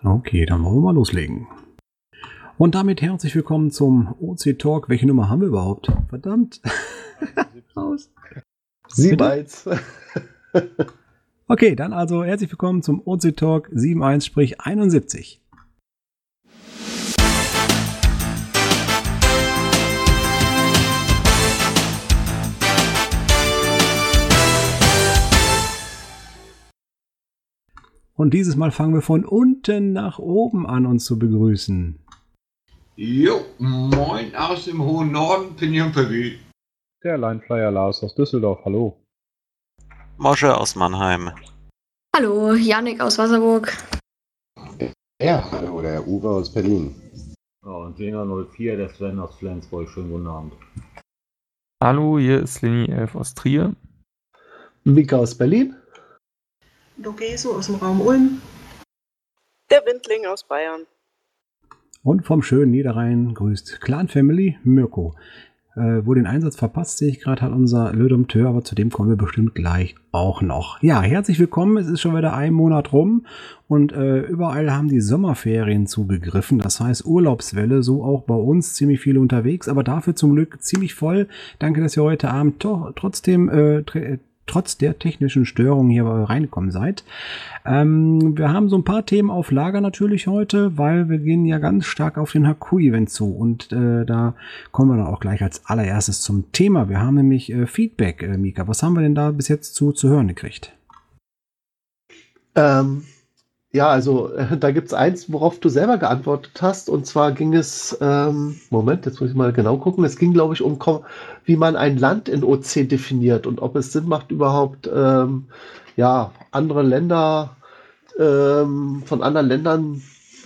Okay, dann wollen wir mal loslegen. Und damit herzlich willkommen zum OC Talk. Welche Nummer haben wir überhaupt? Verdammt. 7.1. Okay, dann also herzlich willkommen zum OC Talk 7.1, sprich 71. Und dieses Mal fangen wir von unten nach oben an, uns zu begrüßen. Jo, moin aus dem hohen Norden, Pinion Pavie. Der Lineflyer Lars aus Düsseldorf, hallo. Mosche aus Mannheim. Hallo, Yannick aus Wasserburg. Ja, hallo, der Uwe aus Berlin. Ja, und Jena 04, der Sven aus Flensburg. Schönen guten Abend. Hallo, hier ist Leni 11 aus Trier. Mika aus Berlin. Logeso aus dem Raum Ulm. Der Windling aus Bayern. Und vom schönen Niederrhein grüßt Clan Family Mirko. Wo den Einsatz verpasst, sehe ich gerade, hat unser Le Dompteur, aber zu dem kommen wir bestimmt gleich auch noch. Ja, herzlich willkommen, es ist schon wieder ein Monat rum und überall haben die Sommerferien zugegriffen, das heißt Urlaubswelle, so auch bei uns, ziemlich viele unterwegs, aber dafür zum Glück ziemlich voll. Danke, dass ihr heute Abend trotzdem trotz der technischen Störungen hier reingekommen seid. Wir haben so ein paar Themen auf Lager natürlich heute, weil wir gehen ja ganz stark auf den Haku-Event zu und da kommen wir dann auch gleich als allererstes zum Thema. Wir haben nämlich Feedback, Mika. Was haben wir denn da bis jetzt zu hören gekriegt? Ja, also da gibt es eins, worauf du selber geantwortet hast, und zwar ging es, Moment, jetzt muss ich mal genau gucken, es ging, glaube ich, um, wie man ein Land in OC definiert und ob es Sinn macht, überhaupt andere Länder, von anderen Ländern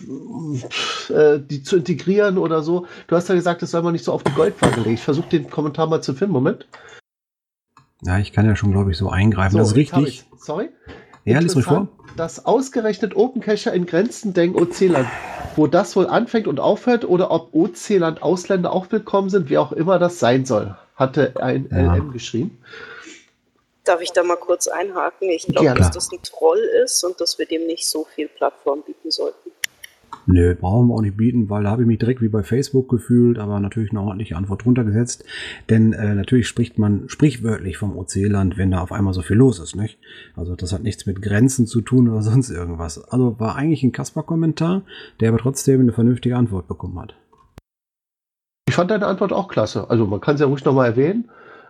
die zu integrieren oder so. Du hast ja gesagt, das soll man nicht so auf die Goldwaage legen. Ich versuche den Kommentar mal zu finden, Moment. Ja, ich kann ja schon, glaube ich, so eingreifen, so, das ist richtig. Sorry. Ja, lies ruhig vor. Dass ausgerechnet Open Cacher in Grenzen denken OC-Land, wo das wohl anfängt und aufhört, oder ob OC-Land Ausländer auch willkommen sind, wie auch immer das sein soll, hatte ein LM geschrieben. Darf ich da mal kurz einhaken? Ich glaube, dass das ein Troll ist und dass wir dem nicht so viel Plattform bieten sollten. Nö, brauchen wir auch nicht bieten, weil da habe ich mich direkt wie bei Facebook gefühlt, aber natürlich eine ordentliche Antwort drunter gesetzt. Denn natürlich spricht man sprichwörtlich vom OC-Land, wenn da auf einmal so viel los ist, nicht? Also das hat nichts mit Grenzen zu tun oder sonst irgendwas. Also war eigentlich ein Kasper-Kommentar, der aber trotzdem eine vernünftige Antwort bekommen hat. Ich fand deine Antwort auch klasse. Also man kann es ja ruhig nochmal erwähnen.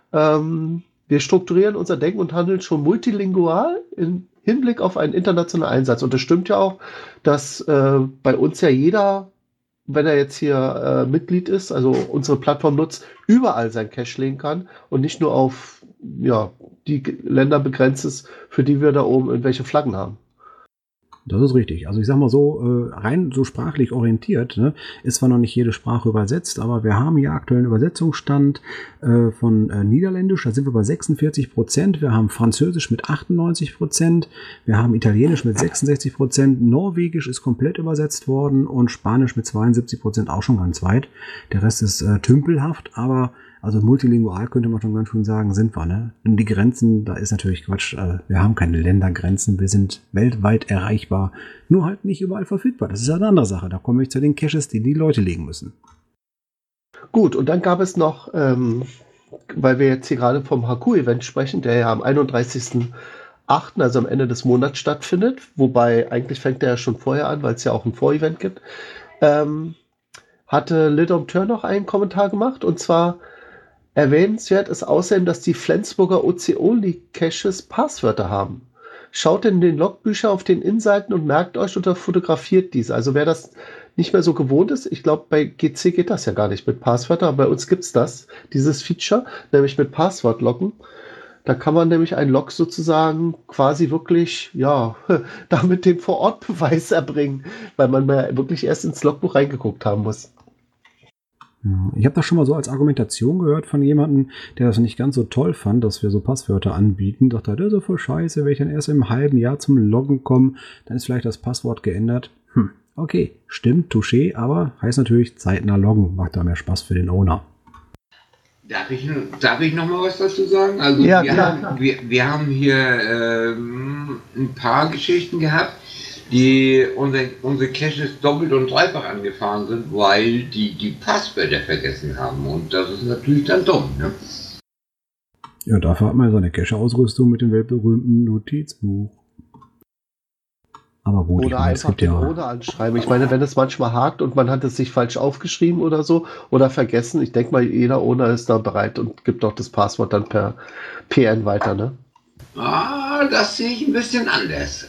Wir strukturieren unser Denken und Handeln schon multilingual in Hinblick auf einen internationalen Einsatz. Und das stimmt ja auch, dass bei uns ja jeder, wenn er jetzt hier Mitglied ist, also unsere Plattform nutzt, überall sein Cache legen kann und nicht nur auf die Länder begrenzt ist, für die wir da oben irgendwelche Flaggen haben. Das ist richtig. Also ich sag mal so, rein so sprachlich orientiert, ne, ist zwar noch nicht jede Sprache übersetzt, aber wir haben hier aktuellen Übersetzungsstand von Niederländisch, da sind wir bei 46%, wir haben Französisch mit 98%, wir haben Italienisch mit 66%, Norwegisch ist komplett übersetzt worden und Spanisch mit 72% auch schon ganz weit. Der Rest ist tümpelhaft, aber also multilingual könnte man schon ganz schön sagen, sind wir, ne? Und die Grenzen, da ist natürlich Quatsch. Wir haben keine Ländergrenzen, wir sind weltweit erreichbar, nur halt nicht überall verfügbar. Das ist ja eine andere Sache. Da komme ich zu den Caches, die die Leute legen müssen. Gut, und dann gab es noch, weil wir jetzt hier gerade vom Haku-Event sprechen, der ja am 31.08., also am Ende des Monats stattfindet, wobei eigentlich fängt der ja schon vorher an, weil es ja auch ein Vorevent gibt, hatte Le Dompteur noch einen Kommentar gemacht, und zwar: Erwähnenswert ist außerdem, dass die Flensburger OC-Only-Caches Passwörter haben. Schaut in den Logbücher auf den Innenseiten und merkt euch oder fotografiert diese. Also wer das nicht mehr so gewohnt ist, ich glaube, bei GC geht das ja gar nicht mit Passwörtern, aber bei uns gibt es dieses Feature, nämlich mit Passwortloggen. Da kann man nämlich einen Log sozusagen quasi wirklich, damit den Vorortbeweis erbringen, weil man mal wirklich erst ins Logbuch reingeguckt haben muss. Ich habe das schon mal so als Argumentation gehört von jemandem, der das nicht ganz so toll fand, dass wir so Passwörter anbieten. Dachte, das ist so voll scheiße, wenn ich dann erst im halben Jahr zum Loggen komme, dann ist vielleicht das Passwort geändert. Okay, stimmt, touché, aber heißt natürlich zeitnah loggen, macht da mehr Spaß für den Owner. Darf ich noch mal was dazu sagen? Also wir haben hier ein paar Geschichten gehabt. unsere Caches doppelt und dreifach angefahren sind, weil die Passwörter vergessen haben. Und das ist natürlich dann dumm, ne? Ja, dafür hat man ja so eine Cache-Ausrüstung mit dem weltberühmten Notizbuch. Aber gut, Oder einfach den Owner anschreiben. Ich meine, wenn es manchmal hakt und man hat es sich falsch aufgeschrieben oder so oder vergessen, ich denke mal, jeder Owner ist da bereit und gibt auch das Passwort dann per PN weiter, ne? Ah, das sehe ich ein bisschen anders.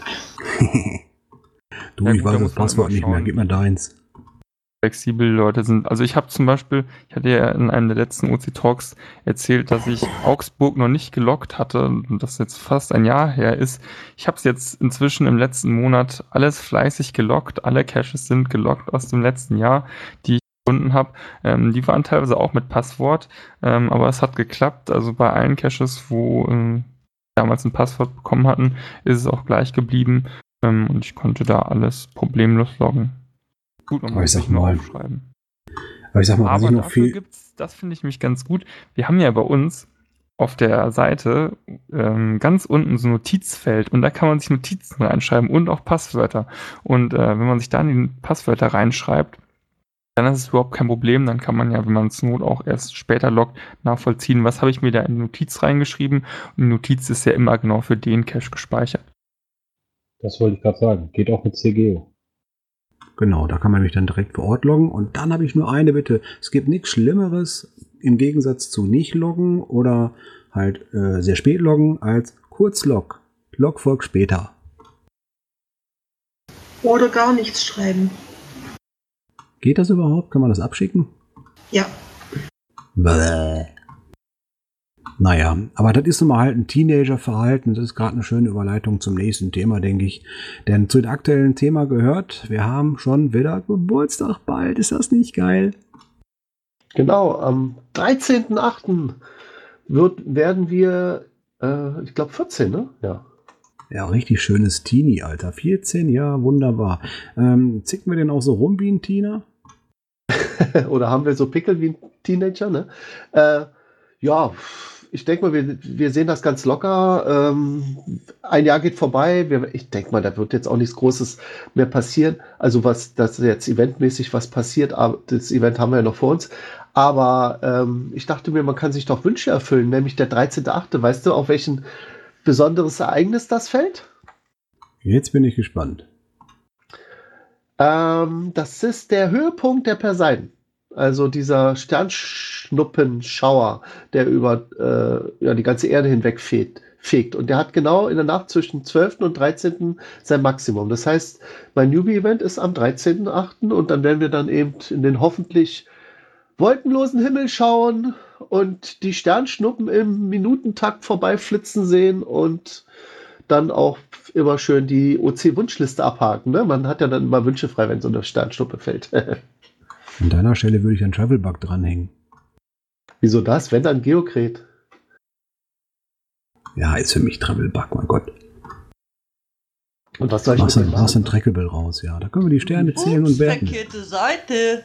Du, ich weiß das Passwort nicht mehr, gib mir deins. Flexibel Leute sind. Also ich habe zum Beispiel, ich hatte ja in einem der letzten OC-Talks erzählt, dass ich Augsburg noch nicht geloggt hatte und das jetzt fast ein Jahr her ist. Ich habe es jetzt inzwischen im letzten Monat alles fleißig geloggt. Alle Caches sind geloggt aus dem letzten Jahr, die ich gefunden habe. Die waren teilweise auch mit Passwort, aber es hat geklappt. Also bei allen Caches, wo damals ein Passwort bekommen hatten, ist es auch gleich geblieben und ich konnte da alles problemlos loggen. Gut, man muss sich nur aufschreiben. Aber ich sag mal, was ich noch dafür gibt's, das finde ich mich ganz gut. Wir haben ja bei uns auf der Seite ganz unten so ein Notizfeld und da kann man sich Notizen reinschreiben und auch Passwörter. Und wenn man sich da in die Passwörter reinschreibt, dann ist es überhaupt kein Problem. Dann kann man ja, wenn man es zur Not auch erst später loggt, nachvollziehen, was habe ich mir da in die Notiz reingeschrieben. Und die Notiz ist ja immer genau für den Cache gespeichert. Das wollte ich gerade sagen. Geht auch mit CGO. Genau, da kann man mich dann direkt vor Ort loggen. Und dann habe ich nur eine Bitte. Es gibt nichts Schlimmeres im Gegensatz zu nicht loggen oder halt sehr spät loggen als Kurzlog. Log folgt später. Oder gar nichts schreiben. Geht das überhaupt? Kann man das abschicken? Ja. Bäh. Naja, aber das ist nun mal halt ein Teenager-Verhalten. Das ist gerade eine schöne Überleitung zum nächsten Thema, denke ich. Denn zu dem aktuellen Thema gehört, wir haben schon wieder Geburtstag bald. Ist das nicht geil? Genau, am 13.08. werden wir, ich glaube 14, ne? Ja. Ja, richtig schönes Teenie-Alter. 14, ja, wunderbar. Zicken wir denn auch so rum wie ein Teener? Oder haben wir so Pickel wie ein Teenager, ne? Ja, ich denke mal, wir sehen das ganz locker. Ein Jahr geht vorbei. Ich denke mal, da wird jetzt auch nichts Großes mehr passieren. Also was, das jetzt eventmäßig was passiert, aber das Event haben wir ja noch vor uns. Aber ich dachte mir, man kann sich doch Wünsche erfüllen, nämlich der 13.8. Weißt du, auf welchen besonderes Ereignis das fällt? Jetzt bin ich gespannt. Das ist der Höhepunkt der Perseiden. Also dieser Sternschnuppenschauer, der über die ganze Erde hinweg fegt. Und der hat genau in der Nacht zwischen 12. und 13. sein Maximum. Das heißt, mein Newbie-Event ist am 13.8. und dann werden wir dann eben in den hoffentlich wolkenlosen Himmel schauen und die Sternschnuppen im Minutentakt vorbeiflitzen sehen und dann auch immer schön die OC-Wunschliste abhaken. Ne? Man hat ja dann immer Wünsche frei, wenn so eine Sternschnuppe fällt. An deiner Stelle würde ich einen Travelbug dranhängen. Wieso das? Wenn dann Geokret. Ja, ist für mich Travelbug, mein Gott. Und was soll ich mit dem machen? Machst ein Trackable raus, ja. Da können wir die Sterne zählen und werten. Verkehrte Seite.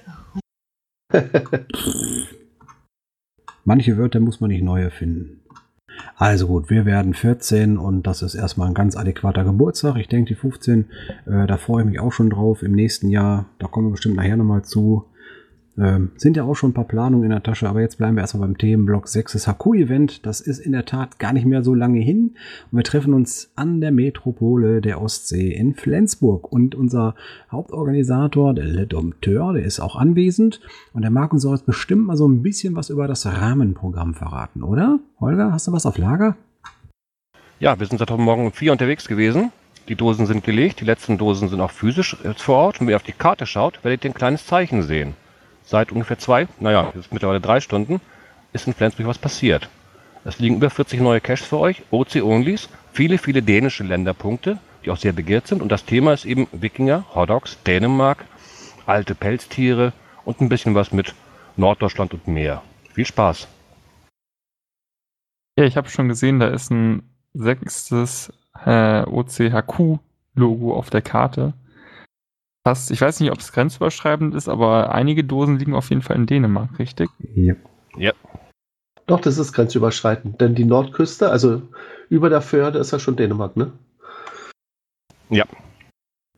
Manche Wörter muss man nicht neu erfinden. Also gut, wir werden 14 und das ist erstmal ein ganz adäquater Geburtstag. Ich denke, die 15, da freue ich mich auch schon drauf im nächsten Jahr. Da kommen wir bestimmt nachher nochmal zu. Sind ja auch schon ein paar Planungen in der Tasche, aber jetzt bleiben wir erstmal beim Themenblock 6 des HQ-Event. Das ist in der Tat gar nicht mehr so lange hin. Und wir treffen uns an der Metropole der Ostsee in Flensburg. Und unser Hauptorganisator, der Le Dompteur, der ist auch anwesend. Und der mag uns auch jetzt bestimmt mal so ein bisschen was über das Rahmenprogramm verraten, oder? Holger, hast du was auf Lager? Ja, wir sind seit heute Morgen um 4 unterwegs gewesen. Die Dosen sind gelegt, die letzten Dosen sind auch physisch vor Ort. Und wenn ihr auf die Karte schaut, werdet ihr ein kleines Zeichen sehen. Seit ungefähr jetzt mittlerweile 3 Stunden, ist in Flensburg was passiert. Es liegen über 40 neue Caches für euch, OC-Onlys, viele dänische Länderpunkte, die auch sehr begehrt sind. Und das Thema ist eben Wikinger, Horrocks, Dänemark, alte Pelztiere und ein bisschen was mit Norddeutschland und Meer. Viel Spaß! Ja, ich habe schon gesehen, da ist ein 6. OCHQ-Logo auf der Karte. Ich weiß nicht, ob es grenzüberschreitend ist, aber einige Dosen liegen auf jeden Fall in Dänemark, richtig? Ja. Ja. Doch, das ist grenzüberschreitend, denn die Nordküste, also über der Förde, ist ja schon Dänemark, ne? Ja.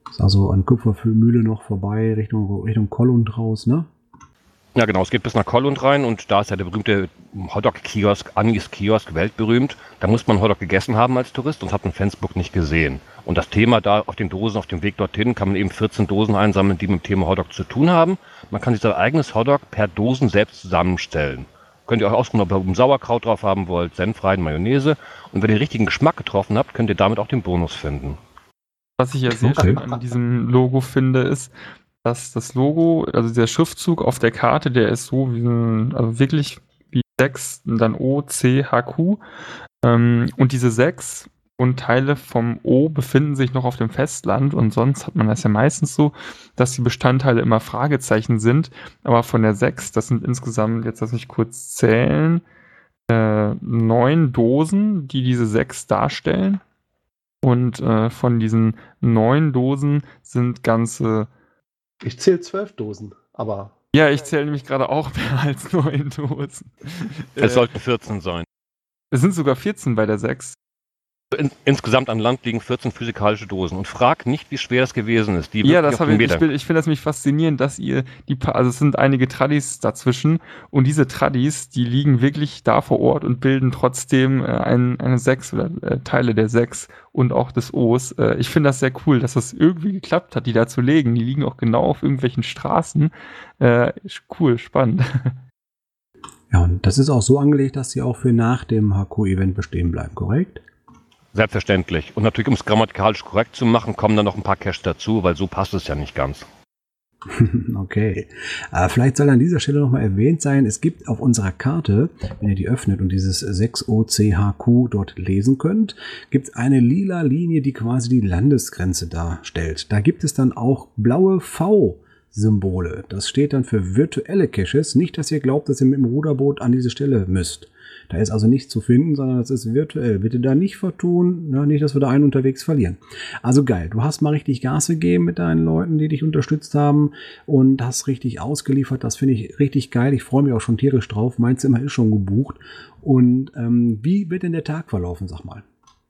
Ist also an Kupfermühle noch vorbei, Richtung Kollund raus, ne? Ja, genau, es geht bis nach Kollund rein und da ist ja der berühmte Hotdog-Kiosk, Anis Kiosk, weltberühmt. Da muss man Hotdog gegessen haben als Tourist und hat in Flensburg nicht gesehen. Und das Thema da auf den Dosen, auf dem Weg dorthin, kann man eben 14 Dosen einsammeln, die mit dem Thema Hotdog zu tun haben. Man kann sich sein eigenes Hotdog per Dosen selbst zusammenstellen. Könnt ihr euch aussuchen, ob ihr oben Sauerkraut drauf haben wollt, Senf rein, Mayonnaise. Und wenn ihr den richtigen Geschmack getroffen habt, könnt ihr damit auch den Bonus finden. Was ich ja sehr schön an diesem Logo finde, ist, dass das Logo, also der Schriftzug auf der Karte, der ist so wie also wirklich wie 6 und dann O, C, H, Q. Und diese 6 und Teile vom O befinden sich noch auf dem Festland und sonst hat man das ja meistens so, dass die Bestandteile immer Fragezeichen sind, aber von der 6, das sind insgesamt, jetzt lass mich kurz zählen, 9 Dosen, die diese 6 darstellen und von diesen 9 Dosen sind ganze... Ich zähle 12 Dosen, aber... Ja, ich zähle nämlich gerade auch mehr als 9 Dosen. Es sollten 14 sein. Es sind sogar 14 bei der 6. Insgesamt an Land liegen 14 physikalische Dosen. Und frag nicht, wie schwer das gewesen ist. Ja, das habe ich finde das nämlich faszinierend, dass ihr also es sind einige Tradis dazwischen und diese Tradis, die liegen wirklich da vor Ort und bilden trotzdem eine 6 oder Teile der 6 und auch des O's. Ich finde das sehr cool, dass das irgendwie geklappt hat, die da zu legen. Die liegen auch genau auf irgendwelchen Straßen. Cool, spannend. Ja, und das ist auch so angelegt, dass sie auch für nach dem HQ-Event bestehen bleiben, korrekt? Selbstverständlich. Und natürlich, um es grammatikalisch korrekt zu machen, kommen dann noch ein paar Caches dazu, weil so passt es ja nicht ganz. Okay. Vielleicht soll an dieser Stelle nochmal erwähnt sein, es gibt auf unserer Karte, wenn ihr die öffnet und dieses 6OCHQ dort lesen könnt, gibt es eine lila Linie, die quasi die Landesgrenze darstellt. Da gibt es dann auch blaue V-Symbole. Das steht dann für virtuelle Caches. Nicht, dass ihr glaubt, dass ihr mit dem Ruderboot an diese Stelle müsst. Da ist also nichts zu finden, sondern das ist virtuell. Bitte da nicht vertun, nicht, dass wir da einen unterwegs verlieren. Also geil, du hast mal richtig Gas gegeben mit deinen Leuten, die dich unterstützt haben und hast richtig ausgeliefert. Das finde ich richtig geil. Ich freue mich auch schon tierisch drauf. Mein Zimmer ist schon gebucht. Und wie wird denn der Tag verlaufen, sag mal?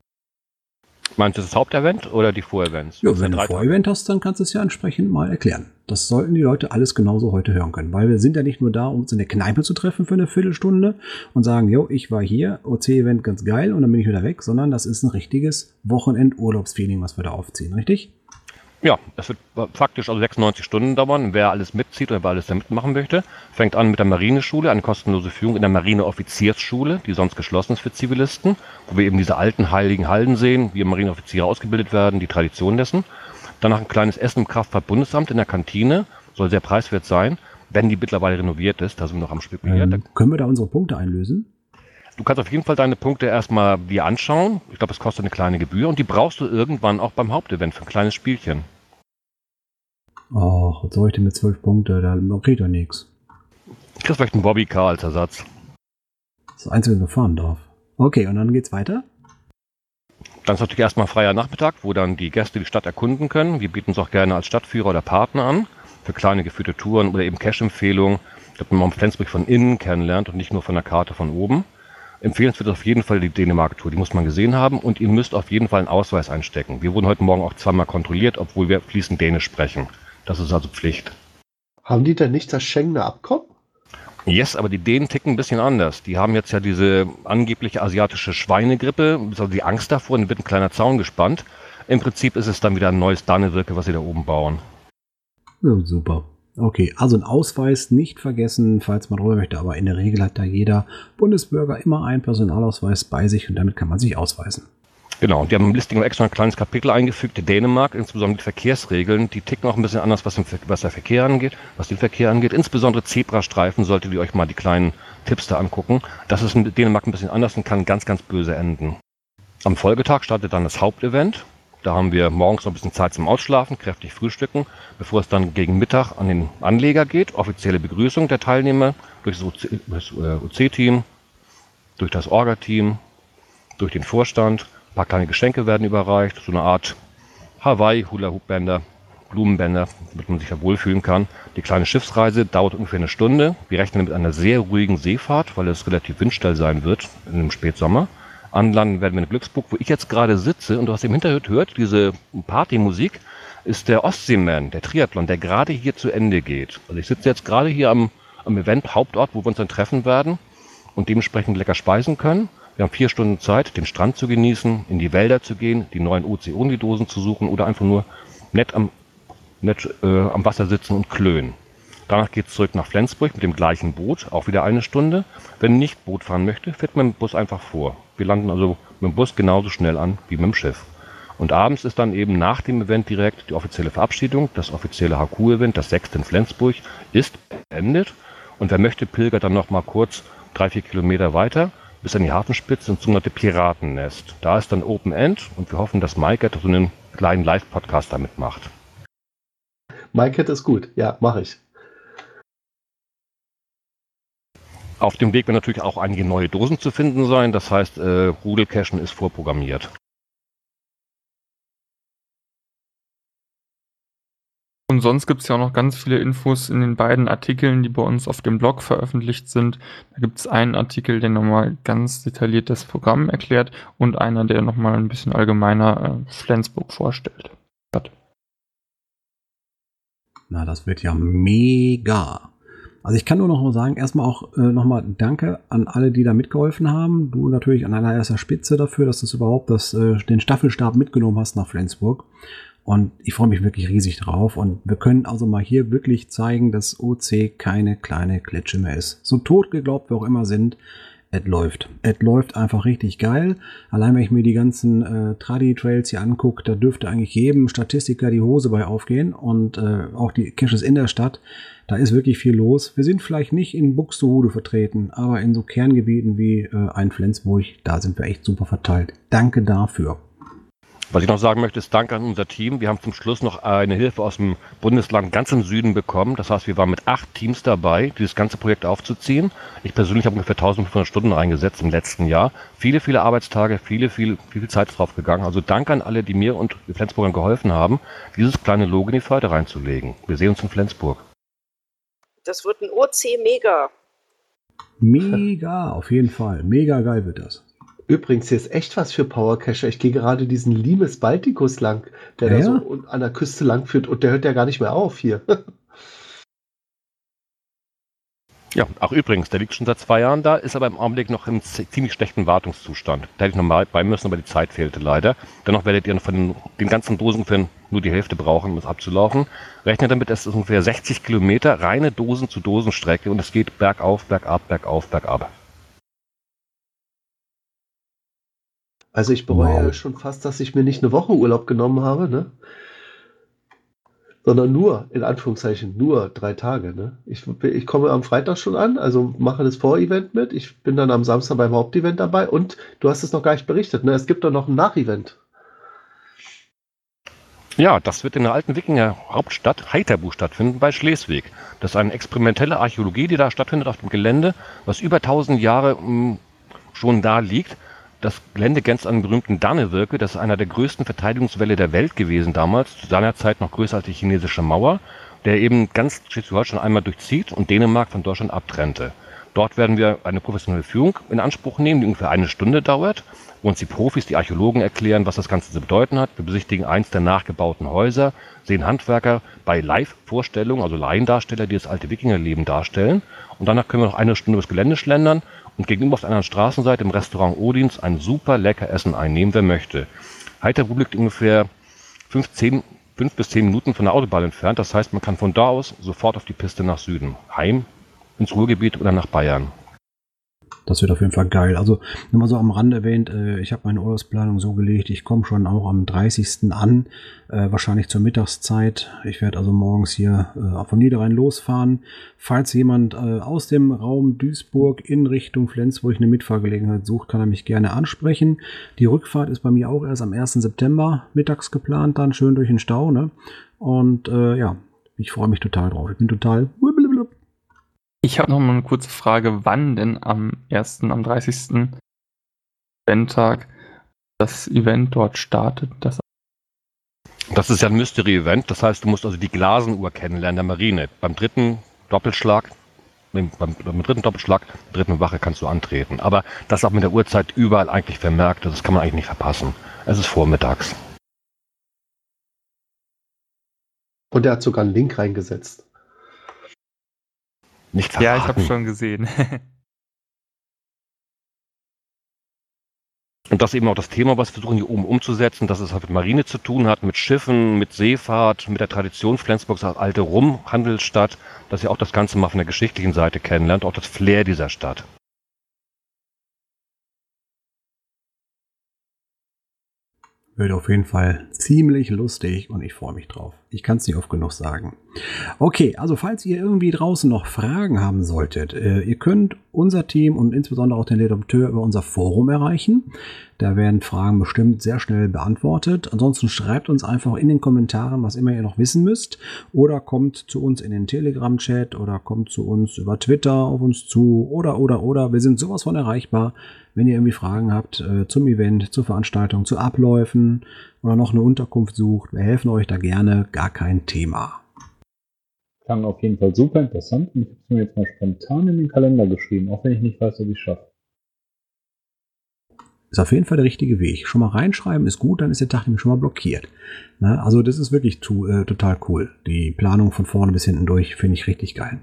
Meinst du das Hauptevent oder die Vorevents? Ja, wenn du ein Vorevent hast, dann kannst du es ja entsprechend mal erklären. Das sollten die Leute alles genauso heute hören können, weil wir sind ja nicht nur da, um uns in der Kneipe zu treffen für eine Viertelstunde und sagen, jo, ich war hier, OC-Event ganz geil und dann bin ich wieder weg, sondern das ist ein richtiges Wochenend-Urlaubsfeeling, was wir da aufziehen, richtig? Ja, es wird faktisch also 96 Stunden dauern, wer alles mitzieht oder wer alles da mitmachen möchte. Fängt an mit der Marineschule, eine kostenlose Führung in der Marineoffiziersschule, die sonst geschlossen ist für Zivilisten, wo wir eben diese alten heiligen Hallen sehen, wie Marineoffiziere ausgebildet werden, die Tradition dessen. Danach ein kleines Essen im Kraftfahrtbundesamt in der Kantine, soll sehr preiswert sein, wenn die mittlerweile renoviert ist, da sind wir noch am Spekulieren. Können wir da unsere Punkte einlösen? Du kannst auf jeden Fall deine Punkte erstmal dir anschauen. Ich glaube, es kostet eine kleine Gebühr und die brauchst du irgendwann auch beim Hauptevent für ein kleines Spielchen. Ach, was soll ich denn mit 12 Punkte? Da kriegt er nichts. Du kriegst vielleicht einen Bobbycar als Ersatz. Das ist das Einzige, was man fahren darf. Okay, und dann geht's weiter? Dann ist natürlich erstmal freier Nachmittag, wo dann die Gäste die Stadt erkunden können. Wir bieten es auch gerne als Stadtführer oder Partner an, für kleine geführte Touren oder eben Cache-Empfehlungen, damit man Flensburg von innen kennenlernt und nicht nur von der Karte von oben. Empfehlenswert auf jeden Fall die Dänemark-Tour, die muss man gesehen haben und ihr müsst auf jeden Fall einen Ausweis einstecken. Wir wurden heute Morgen auch zweimal kontrolliert, obwohl wir fließend Dänisch sprechen. Das ist also Pflicht. Haben die denn nicht das Schengener Abkommen? Yes, aber die Dänen ticken ein bisschen anders. Die haben jetzt ja diese angebliche asiatische Schweinegrippe, also die Angst davor, und wird ein kleiner Zaun gespannt. Im Prinzip ist es dann wieder ein neues Dannewirke, was sie da oben bauen. Ja, super. Okay, also ein Ausweis nicht vergessen, falls man rüber möchte, aber in der Regel hat da jeder Bundesbürger immer einen Personalausweis bei sich und damit kann man sich ausweisen. Genau, und die haben im Listing extra ein kleines Kapitel eingefügt, Dänemark, insbesondere die Verkehrsregeln, die ticken auch ein bisschen anders, was den Verkehr angeht. Insbesondere Zebrastreifen solltet ihr euch mal die kleinen Tipps da angucken. Das ist in Dänemark ein bisschen anders und kann ganz, ganz böse enden. Am Folgetag startet dann das Hauptevent. Da haben wir morgens noch ein bisschen Zeit zum Ausschlafen, kräftig frühstücken, bevor es dann gegen Mittag an den Anleger geht. Offizielle Begrüßung der Teilnehmer durch das OC-Team, durch das Orga-Team, durch den Vorstand. Ein paar kleine Geschenke werden überreicht, so eine Art Hawaii-Hula-Hoop-Bänder, Blumenbänder, damit man sich da wohlfühlen kann. Die kleine Schiffsreise dauert ungefähr eine Stunde. Wir rechnen mit einer sehr ruhigen Seefahrt, weil es relativ windstill sein wird im Spätsommer. Anlanden werden wir in Glücksburg, wo ich jetzt gerade sitze und was ihr im Hintergrund hört, diese Partymusik. ist der Ostseeman, der Triathlon, der gerade hier zu Ende geht. Also ich sitze jetzt gerade hier am Event-Hauptort, wo wir uns dann treffen werden und dementsprechend lecker speisen können. Wir haben 4 Stunden Zeit, den Strand zu genießen, in die Wälder zu gehen, die neuen OC-Only-Dosen zu suchen oder einfach nur nett am Wasser sitzen und klönen. Danach geht es zurück nach Flensburg mit dem gleichen Boot, auch wieder 1 Stunde. Wenn nicht Boot fahren möchte, fährt man mit dem Bus einfach vor. Wir landen also mit dem Bus genauso schnell an wie mit dem Schiff. Und abends ist dann eben nach dem Event direkt die offizielle Verabschiedung. Das offizielle HQ-Event, das 6. in Flensburg, ist beendet. Und wer möchte, pilgert dann noch mal kurz 3-4 Kilometer weiter bis an die Hafenspitze ins sogenannte Piratennest. Da ist dann Open End und wir hoffen, dass Mike so einen kleinen Live-Podcast damit macht. Mike ist gut, ja, mache ich. Auf dem Weg werden natürlich auch einige neue Dosen zu finden sein. Das heißt, Rudelcachen ist vorprogrammiert. Und sonst gibt es ja auch noch ganz viele Infos in den beiden Artikeln, die bei uns auf dem Blog veröffentlicht sind. Da gibt es einen Artikel, der nochmal ganz detailliert das Programm erklärt und einer, der nochmal ein bisschen allgemeiner Flensburg vorstellt. Na, das wird ja mega. Also ich kann nur noch mal sagen, erstmal auch nochmal Danke an alle, die da mitgeholfen haben. Du natürlich an allererster Spitze dafür, dass du überhaupt den Staffelstab mitgenommen hast nach Flensburg. Und ich freue mich wirklich riesig drauf. Und wir können also mal hier wirklich zeigen, dass OC keine kleine Klitsche mehr ist. So tot geglaubt wir auch immer sind, es läuft. Es läuft einfach richtig geil. Allein wenn ich mir die ganzen Tradi-Trails hier angucke, da dürfte eigentlich jedem Statistiker die Hose bei aufgehen. Und auch die Caches in der Stadt, da ist wirklich viel los. Wir sind vielleicht nicht in Buxtehude vertreten, aber in so Kerngebieten wie ein Flensburg, da sind wir echt super verteilt. Danke dafür. Was ich noch sagen möchte, ist Danke an unser Team. Wir haben zum Schluss noch eine Hilfe aus dem Bundesland ganz im Süden bekommen. Das heißt, wir waren mit 8 Teams dabei, dieses ganze Projekt aufzuziehen. Ich persönlich habe ungefähr 1500 Stunden eingesetzt im letzten Jahr. Viele, viele Arbeitstage, viel Zeit drauf gegangen. Also danke an alle, die mir und den Flensburgern geholfen haben, dieses kleine Logo in die Fahrt reinzulegen. Wir sehen uns in Flensburg. Das wird ein OC-Mega. Mega, auf jeden Fall. Mega geil wird das. Übrigens, hier ist echt was für Powercacher. Ich gehe gerade diesen Limes Balticus lang, der da so an der Küste lang führt und der hört ja gar nicht mehr auf hier. Ja, auch übrigens, der liegt schon seit 2 Jahren da, ist aber im Augenblick noch im ziemlich schlechten Wartungszustand. Da hätte ich nochmal bei müssen, aber die Zeit fehlte leider. Dennoch werdet ihr von den ganzen Dosen für nur die Hälfte brauchen, um es abzulaufen. Rechnet damit, es ist ungefähr 60 Kilometer reine Dosen-zu-Dosen-Strecke und es geht bergauf, bergab, bergauf, bergab. Also ich bereue schon fast, dass ich mir nicht eine Woche Urlaub genommen habe, ne? Sondern nur, in Anführungszeichen, nur 3 Tage. Ne? Ich komme am Freitag schon an, also mache das Vorevent mit. Ich bin dann am Samstag beim Hauptevent dabei und du hast es noch gar nicht berichtet, ne? Es gibt doch noch ein Nachevent. Ja, das wird in der alten Wikinger-Hauptstadt Heiterbu stattfinden bei Schleswig. Das ist eine experimentelle Archäologie, die da stattfindet auf dem Gelände, was über 1000 Jahre schon da liegt. Das Gelände grenzt an den berühmten Dannewirke. Das ist einer der größten Verteidigungswälle der Welt gewesen damals, zu seiner Zeit noch größer als die chinesische Mauer, der eben ganz Schleswig-Holstein einmal durchzieht und Dänemark von Deutschland abtrennte. Dort werden wir eine professionelle Führung in Anspruch nehmen, die ungefähr 1 Stunde dauert, wo uns die Profis, die Archäologen erklären, was das Ganze zu bedeuten hat. Wir besichtigen eins der nachgebauten Häuser, sehen Handwerker bei Live-Vorstellungen, also Laiendarsteller, die das alte Wikingerleben darstellen. Und danach können wir noch 1 Stunde übers Gelände schlendern und gegenüber auf der anderen Straßenseite im Restaurant Odins ein super lecker Essen einnehmen, wer möchte. Heiterbu liegt ungefähr 5 bis 10 Minuten von der Autobahn entfernt. Das heißt, man kann von da aus sofort auf die Piste nach Süden, heim ins Ruhrgebiet oder nach Bayern. Das wird auf jeden Fall geil. Also nur mal so am Rand erwähnt, ich habe meine Urlaubsplanung so gelegt, ich komme schon auch am 30. an, wahrscheinlich zur Mittagszeit. Ich werde also morgens hier von Niederrhein losfahren. Falls jemand aus dem Raum Duisburg in Richtung Flensburg eine Mitfahrgelegenheit sucht, kann er mich gerne ansprechen. Die Rückfahrt ist bei mir auch erst am 1. September mittags geplant, dann schön durch den Stau, ne? Und ja, ich freue mich total drauf. Ich bin total... Ich habe noch mal eine kurze Frage, wann denn am 1., am 30. Eventtag das Event dort startet? Das ist ja ein Mystery-Event, das heißt, du musst also die Glasenuhr kennenlernen der Marine. Beim dritten Doppelschlag, der dritten Wache kannst du antreten. Aber das ist auch mit der Uhrzeit überall eigentlich vermerkt, das kann man eigentlich nicht verpassen. Es ist vormittags. Und er hat sogar einen Link reingesetzt. Nicht verraten. Ja, ich habe schon gesehen. Und das ist eben auch das Thema, was wir versuchen hier oben umzusetzen, dass es halt mit Marine zu tun hat, mit Schiffen, mit Seefahrt, mit der Tradition Flensburgs als alte Rumhandelsstadt, dass ihr auch das Ganze mal von der geschichtlichen Seite kennenlernt, auch das Flair dieser Stadt. Wird auf jeden Fall ziemlich lustig und ich freue mich drauf. Ich kann es nicht oft genug sagen. Okay, also falls ihr irgendwie draußen noch Fragen haben solltet, ihr könnt unser Team und insbesondere auch den Redakteur über unser Forum erreichen. Da werden Fragen bestimmt sehr schnell beantwortet. Ansonsten schreibt uns einfach in den Kommentaren, was immer ihr noch wissen müsst. Oder kommt zu uns in den Telegram-Chat oder kommt zu uns über Twitter auf uns zu. Oder. Wir sind sowas von erreichbar. Wenn ihr irgendwie Fragen habt zum Event, zur Veranstaltung, zu Abläufen oder noch eine Unterkunft sucht, wir helfen euch da gerne, gar kein Thema. Klang auf jeden Fall super interessant und ich habe es mir jetzt mal spontan in den Kalender geschrieben, auch wenn ich nicht weiß, ob ich es schaffe. Ist auf jeden Fall der richtige Weg. Schon mal reinschreiben ist gut, dann ist der Tag nämlich schon mal blockiert. Na, also das ist wirklich total cool. Die Planung von vorne bis hinten durch finde ich richtig geil.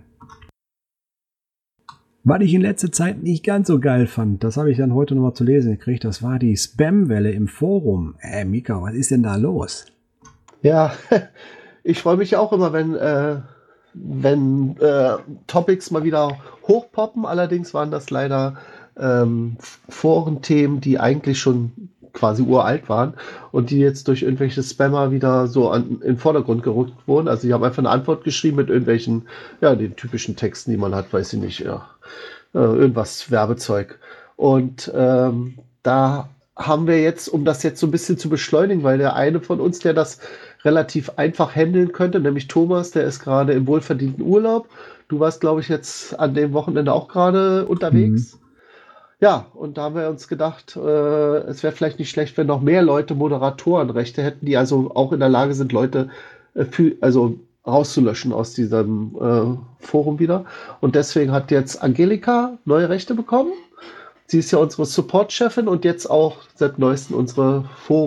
Was ich in letzter Zeit nicht ganz so geil fand, das habe ich dann heute nochmal zu lesen gekriegt, das war die Spam-Welle im Forum. Mika, was ist denn da los? Ja, ich freue mich auch immer, wenn Topics mal wieder hochpoppen. Allerdings waren das leider Forenthemen, die eigentlich schon quasi uralt waren und die jetzt durch irgendwelche Spammer wieder so in den Vordergrund gerückt wurden. Also ich habe einfach eine Antwort geschrieben mit irgendwelchen, ja, den typischen Texten, die man hat, weiß ich nicht, ja, irgendwas Werbezeug. Und da haben wir jetzt, um das jetzt so ein bisschen zu beschleunigen, weil der eine von uns, der das relativ einfach handeln könnte, nämlich Thomas, der ist gerade im wohlverdienten Urlaub. Du warst, glaube ich, jetzt an dem Wochenende auch gerade unterwegs. Ja, und da haben wir uns gedacht, es wäre vielleicht nicht schlecht, wenn noch mehr Leute Moderatorenrechte hätten, die also auch in der Lage sind, Leute rauszulöschen aus diesem Forum wieder. Und deswegen hat jetzt Angelika neue Rechte bekommen. Sie ist ja unsere Support-Chefin und jetzt auch seit neuestem unsere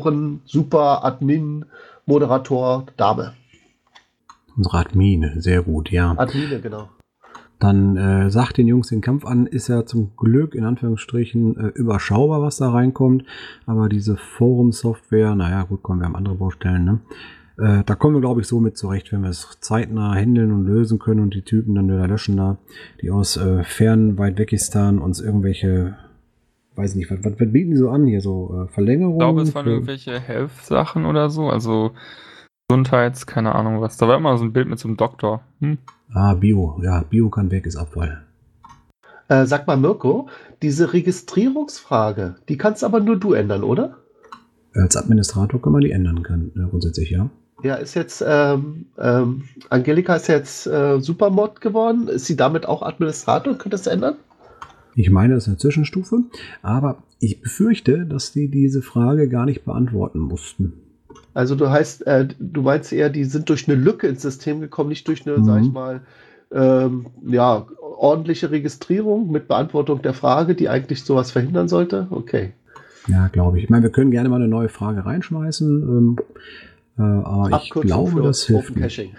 Foren-Super-Admin-Moderator-Dame. Unsere Admine, sehr gut, ja. Admine, genau. Dann sagt den Jungs den Kampf an, ist ja zum Glück in Anführungsstrichen überschaubar, was da reinkommt. Aber diese Forum-Software, naja gut, wir haben andere Baustellen, ne? Da kommen wir, glaube ich, so mit zurecht, wenn wir es zeitnah handeln und lösen können und die Typen dann wieder löschen da, die aus weit Wegistan uns irgendwelche, weiß nicht, was bieten die so an hier, so Verlängerungen? Ich glaube, es waren irgendwelche Health-Sachen oder so, also keine Ahnung was. Da war immer so ein Bild mit so einem Doktor. Bio. Ja, Bio kann weg, ist Abfall. Sag mal, Mirko, diese Registrierungsfrage, die kannst aber nur du ändern, oder? Als Administrator kann man die ändern, grundsätzlich, ja. Ja, ist jetzt, Angelika ist jetzt Supermod geworden. Ist sie damit auch Administrator? Könnte das ändern? Ich meine, das ist eine Zwischenstufe, aber ich befürchte, dass die diese Frage gar nicht beantworten mussten. Also du meinst eher, die sind durch eine Lücke ins System gekommen, nicht durch eine, sag ich mal, ordentliche Registrierung mit Beantwortung der Frage, die eigentlich sowas verhindern sollte? Okay. Ja, glaube ich. Ich meine, wir können gerne mal eine neue Frage reinschmeißen, aber Abkürzung, ich glaube, das hilft Open Caching.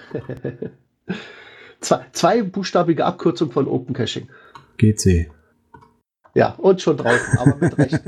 Zweibuchstabige Abkürzung von Open Caching. GC. Ja, und schon draußen, aber mit Recht.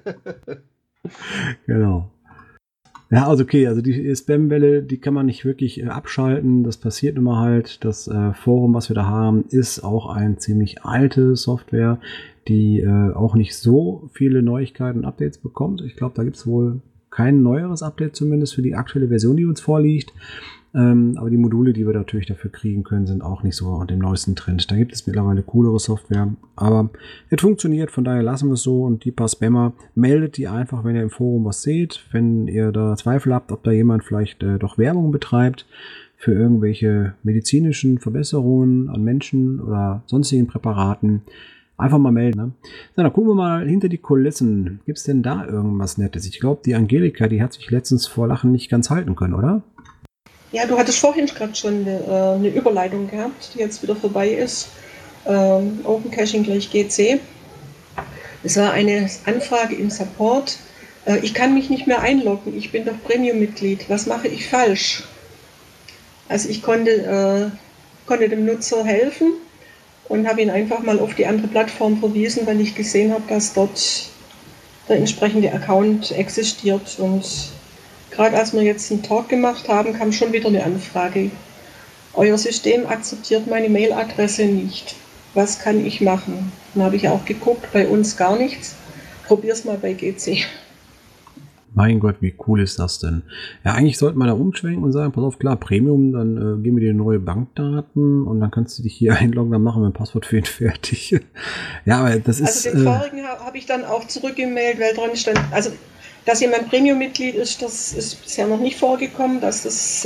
Genau. Ja, also okay, also die Spam-Welle, die kann man nicht wirklich abschalten. Das passiert immer halt. Das Forum, was wir da haben, ist auch eine ziemlich alte Software, die auch nicht so viele Neuigkeiten und Updates bekommt. Ich glaube, da gibt es wohl kein neueres Update zumindest für die aktuelle Version, die uns vorliegt. Aber die Module, die wir natürlich dafür kriegen können, sind auch nicht so an dem neuesten Trend. Da gibt es mittlerweile coolere Software, aber es funktioniert, von daher lassen wir es so. Und die paar Spammer, meldet die einfach, wenn ihr im Forum was seht, wenn ihr da Zweifel habt, ob da jemand vielleicht doch Werbung betreibt für irgendwelche medizinischen Verbesserungen an Menschen oder sonstigen Präparaten. Einfach mal melden. Ne? So, dann gucken wir mal hinter die Kulissen. Gibt es denn da irgendwas Nettes? Ich glaube, die Angelika, die hat sich letztens vor Lachen nicht ganz halten können, oder? Ja, du hattest vorhin gerade schon eine Überleitung gehabt, die jetzt wieder vorbei ist. Open Caching gleich GC. Es war eine Anfrage im Support. Ich kann mich nicht mehr einloggen. Ich bin doch Premium-Mitglied. Was mache ich falsch? Also ich konnte dem Nutzer helfen und habe ihn einfach mal auf die andere Plattform verwiesen, weil ich gesehen habe, dass dort der entsprechende Account existiert. Und gerade als wir jetzt einen Talk gemacht haben, kam schon wieder eine Anfrage. Euer System akzeptiert meine Mailadresse nicht. Was kann ich machen? Dann habe ich auch geguckt, bei uns gar nichts. Probier's mal bei GC. Mein Gott, wie cool ist das denn? Ja, eigentlich sollten wir da umschwenken und sagen, pass auf, klar, Premium, dann geben wir dir neue Bankdaten und dann kannst du dich hier einloggen, dann machen wir ein Passwort für ihn fertig. Ja, aber das ist... Also den vorigen habe ich dann auch zurückgemeldet, weil dran stand, also dass jemand Premium-Mitglied ist, das ist bisher noch nicht vorgekommen, dass das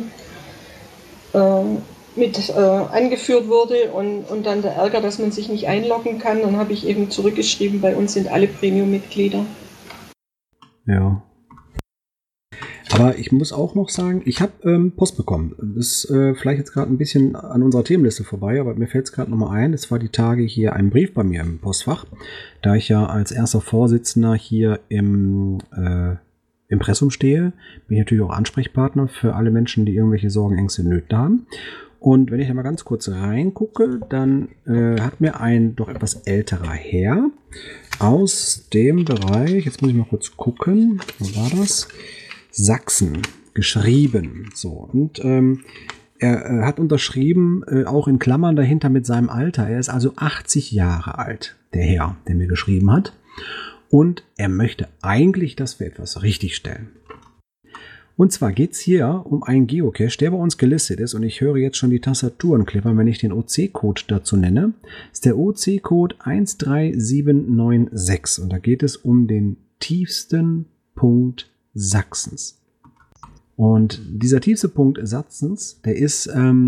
mit angeführt wurde und dann der Ärger, dass man sich nicht einloggen kann. Dann habe ich eben zurückgeschrieben, bei uns sind alle Premium-Mitglieder. Ja. Aber ich muss auch noch sagen, ich habe Post bekommen. Das ist vielleicht jetzt gerade ein bisschen an unserer Themenliste vorbei, aber mir fällt es gerade nochmal ein. Es war die Tage hier ein Brief bei mir im Postfach, da ich ja als erster Vorsitzender hier im Impressum stehe, bin ich natürlich auch Ansprechpartner für alle Menschen, die irgendwelche Sorgen, Ängste, Nöte haben. Und wenn ich da mal ganz kurz reingucke, dann hat mir ein doch etwas älterer Herr aus dem Bereich, jetzt muss ich mal kurz gucken, wo war das? Sachsen geschrieben. So, und er hat unterschrieben, auch in Klammern dahinter mit seinem Alter. Er ist also 80 Jahre alt, der Herr, der mir geschrieben hat. Und er möchte eigentlich, dass wir etwas richtigstellen. Und zwar geht es hier um einen Geocache, der bei uns gelistet ist. Und ich höre jetzt schon die Tastaturen klippern, wenn ich den OC-Code dazu nenne. Das ist der OC-Code 13796. Und da geht es um den tiefsten Punkt Sachsens. Und dieser tiefste Punkt Sachsens, der ist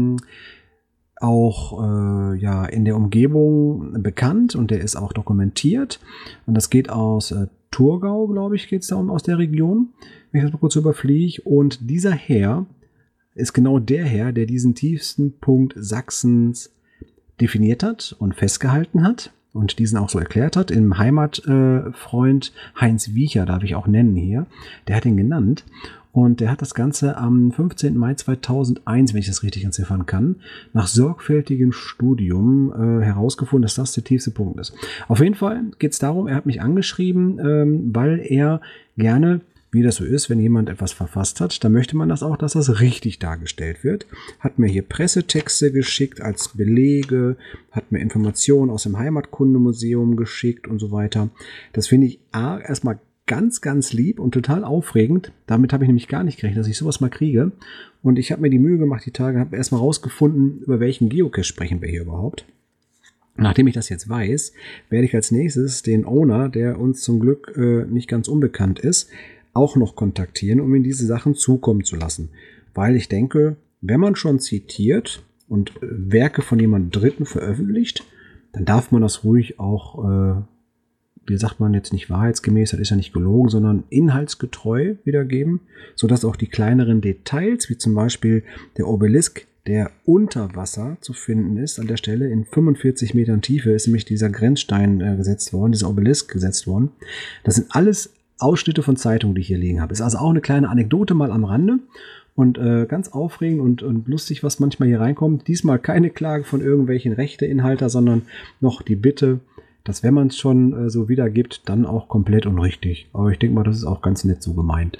auch in der Umgebung bekannt und der ist auch dokumentiert. Und das geht aus Thurgau, glaube ich, geht es da aus der Region, wenn ich das mal kurz überfliege. Und dieser Herr ist genau der Herr, der diesen tiefsten Punkt Sachsens definiert hat und festgehalten hat und diesen auch so erklärt hat. Im Heimatfreund Heinz Wiecher, darf ich auch nennen hier, der hat ihn genannt. Und der hat das Ganze am 15. Mai 2001, wenn ich das richtig entziffern kann, nach sorgfältigem Studium herausgefunden, dass das der tiefste Punkt ist. Auf jeden Fall geht es darum, er hat mich angeschrieben, weil er gerne, wie das so ist, wenn jemand etwas verfasst hat, dann möchte man das auch, dass das richtig dargestellt wird. Hat mir hier Pressetexte geschickt als Belege, hat mir Informationen aus dem Heimatkundemuseum geschickt und so weiter. Das finde ich erstmal ganz, ganz lieb und total aufregend. Damit habe ich nämlich gar nicht gerechnet, dass ich sowas mal kriege. Und ich habe mir die Mühe gemacht, die Tage, habe erstmal rausgefunden, über welchen Geocache sprechen wir hier überhaupt. Nachdem ich das jetzt weiß, werde ich als nächstes den Owner, der uns zum Glück nicht ganz unbekannt ist, auch noch kontaktieren, um ihm diese Sachen zukommen zu lassen. Weil ich denke, wenn man schon zitiert und Werke von jemand Dritten veröffentlicht, dann darf man das ruhig auch wie sagt man jetzt nicht wahrheitsgemäß, das ist ja nicht gelogen, sondern inhaltsgetreu wiedergeben, sodass auch die kleineren Details, wie zum Beispiel der Obelisk, der unter Wasser zu finden ist, an der Stelle in 45 Metern Tiefe ist nämlich dieser Grenzstein gesetzt worden, dieser Obelisk gesetzt worden. Das sind alles Ausschnitte von Zeitungen, die ich hier liegen habe. Ist also auch eine kleine Anekdote mal am Rande und ganz aufregend und lustig, was manchmal hier reinkommt. Diesmal keine Klage von irgendwelchen Rechteinhalter, sondern noch die Bitte, dass wenn man es schon so wiedergibt, dann auch komplett und richtig. Aber ich denke mal, das ist auch ganz nett so gemeint.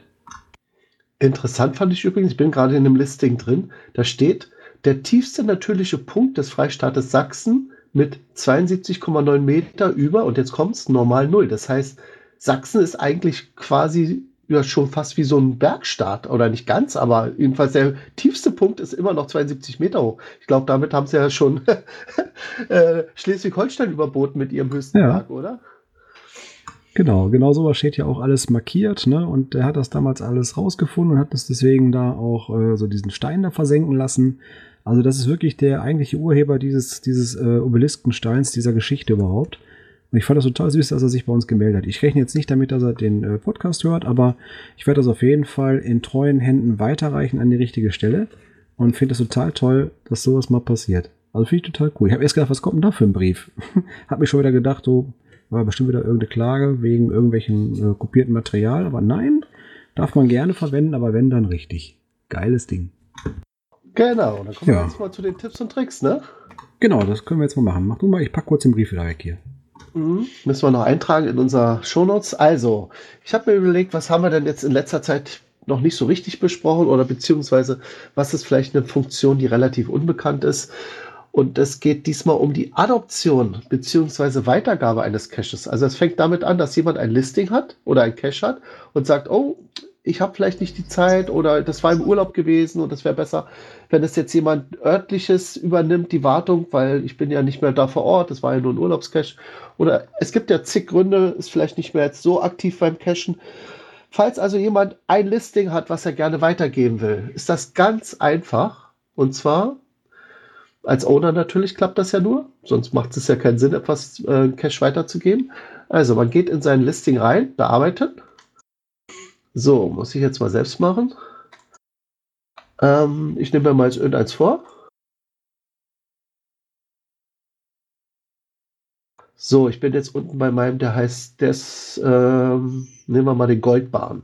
Interessant fand ich übrigens, ich bin gerade in einem Listing drin, da steht, der tiefste natürliche Punkt des Freistaates Sachsen mit 72,9 Meter über, und jetzt kommt's, normal 0. Das heißt, Sachsen ist eigentlich quasi ja schon fast wie so ein Bergstaat, oder nicht ganz, aber jedenfalls der tiefste Punkt ist immer noch 72 Meter hoch. Ich glaube, damit haben sie ja schon Schleswig-Holstein überboten mit ihrem höchsten Berg, oder? Genau sowas steht ja auch alles markiert, ne? Und er hat das damals alles rausgefunden und hat das deswegen da auch so diesen Stein da versenken lassen. Also das ist wirklich der eigentliche Urheber dieses Obeliskensteins, dieser Geschichte überhaupt. Und ich fand das total süß, dass er sich bei uns gemeldet hat. Ich rechne jetzt nicht damit, dass er den Podcast hört, aber ich werde das auf jeden Fall in treuen Händen weiterreichen an die richtige Stelle und finde es total toll, dass sowas mal passiert. Also finde ich total cool. Ich habe erst gedacht, was kommt denn da für ein Brief? Habe mir schon wieder gedacht, so war bestimmt wieder irgendeine Klage wegen irgendwelchen kopierten Material, aber nein, darf man gerne verwenden, aber wenn, dann richtig. Geiles Ding. Genau, dann kommen wir jetzt mal zu den Tipps und Tricks, ne? Genau, das können wir jetzt mal machen. Mach du mal, ich packe kurz den Brief wieder weg hier. Müssen wir noch eintragen in unser Shownotes. Also, ich habe mir überlegt, was haben wir denn jetzt in letzter Zeit noch nicht so richtig besprochen oder beziehungsweise was ist vielleicht eine Funktion, die relativ unbekannt ist. Und es geht diesmal um die Adoption beziehungsweise Weitergabe eines Caches. Also es fängt damit an, dass jemand ein Listing hat oder ein Cache hat und sagt, oh, ich habe vielleicht nicht die Zeit oder das war im Urlaub gewesen und das wäre besser, wenn es jetzt jemand Örtliches übernimmt, die Wartung, weil ich bin ja nicht mehr da vor Ort, das war ja nur ein Urlaubscache. Oder es gibt ja zig Gründe, ist vielleicht nicht mehr jetzt so aktiv beim Cachen. Falls also jemand ein Listing hat, was er gerne weitergeben will, ist das ganz einfach. Und zwar, als Owner natürlich klappt das ja nur, sonst macht es ja keinen Sinn, etwas Cache weiterzugeben. Also man geht in sein Listing rein, bearbeiten. So, muss ich jetzt mal selbst machen. Ich nehme mir mal jetzt irgendeins vor. So, ich bin jetzt unten bei meinem, der heißt, nehmen wir mal den Goldbahn.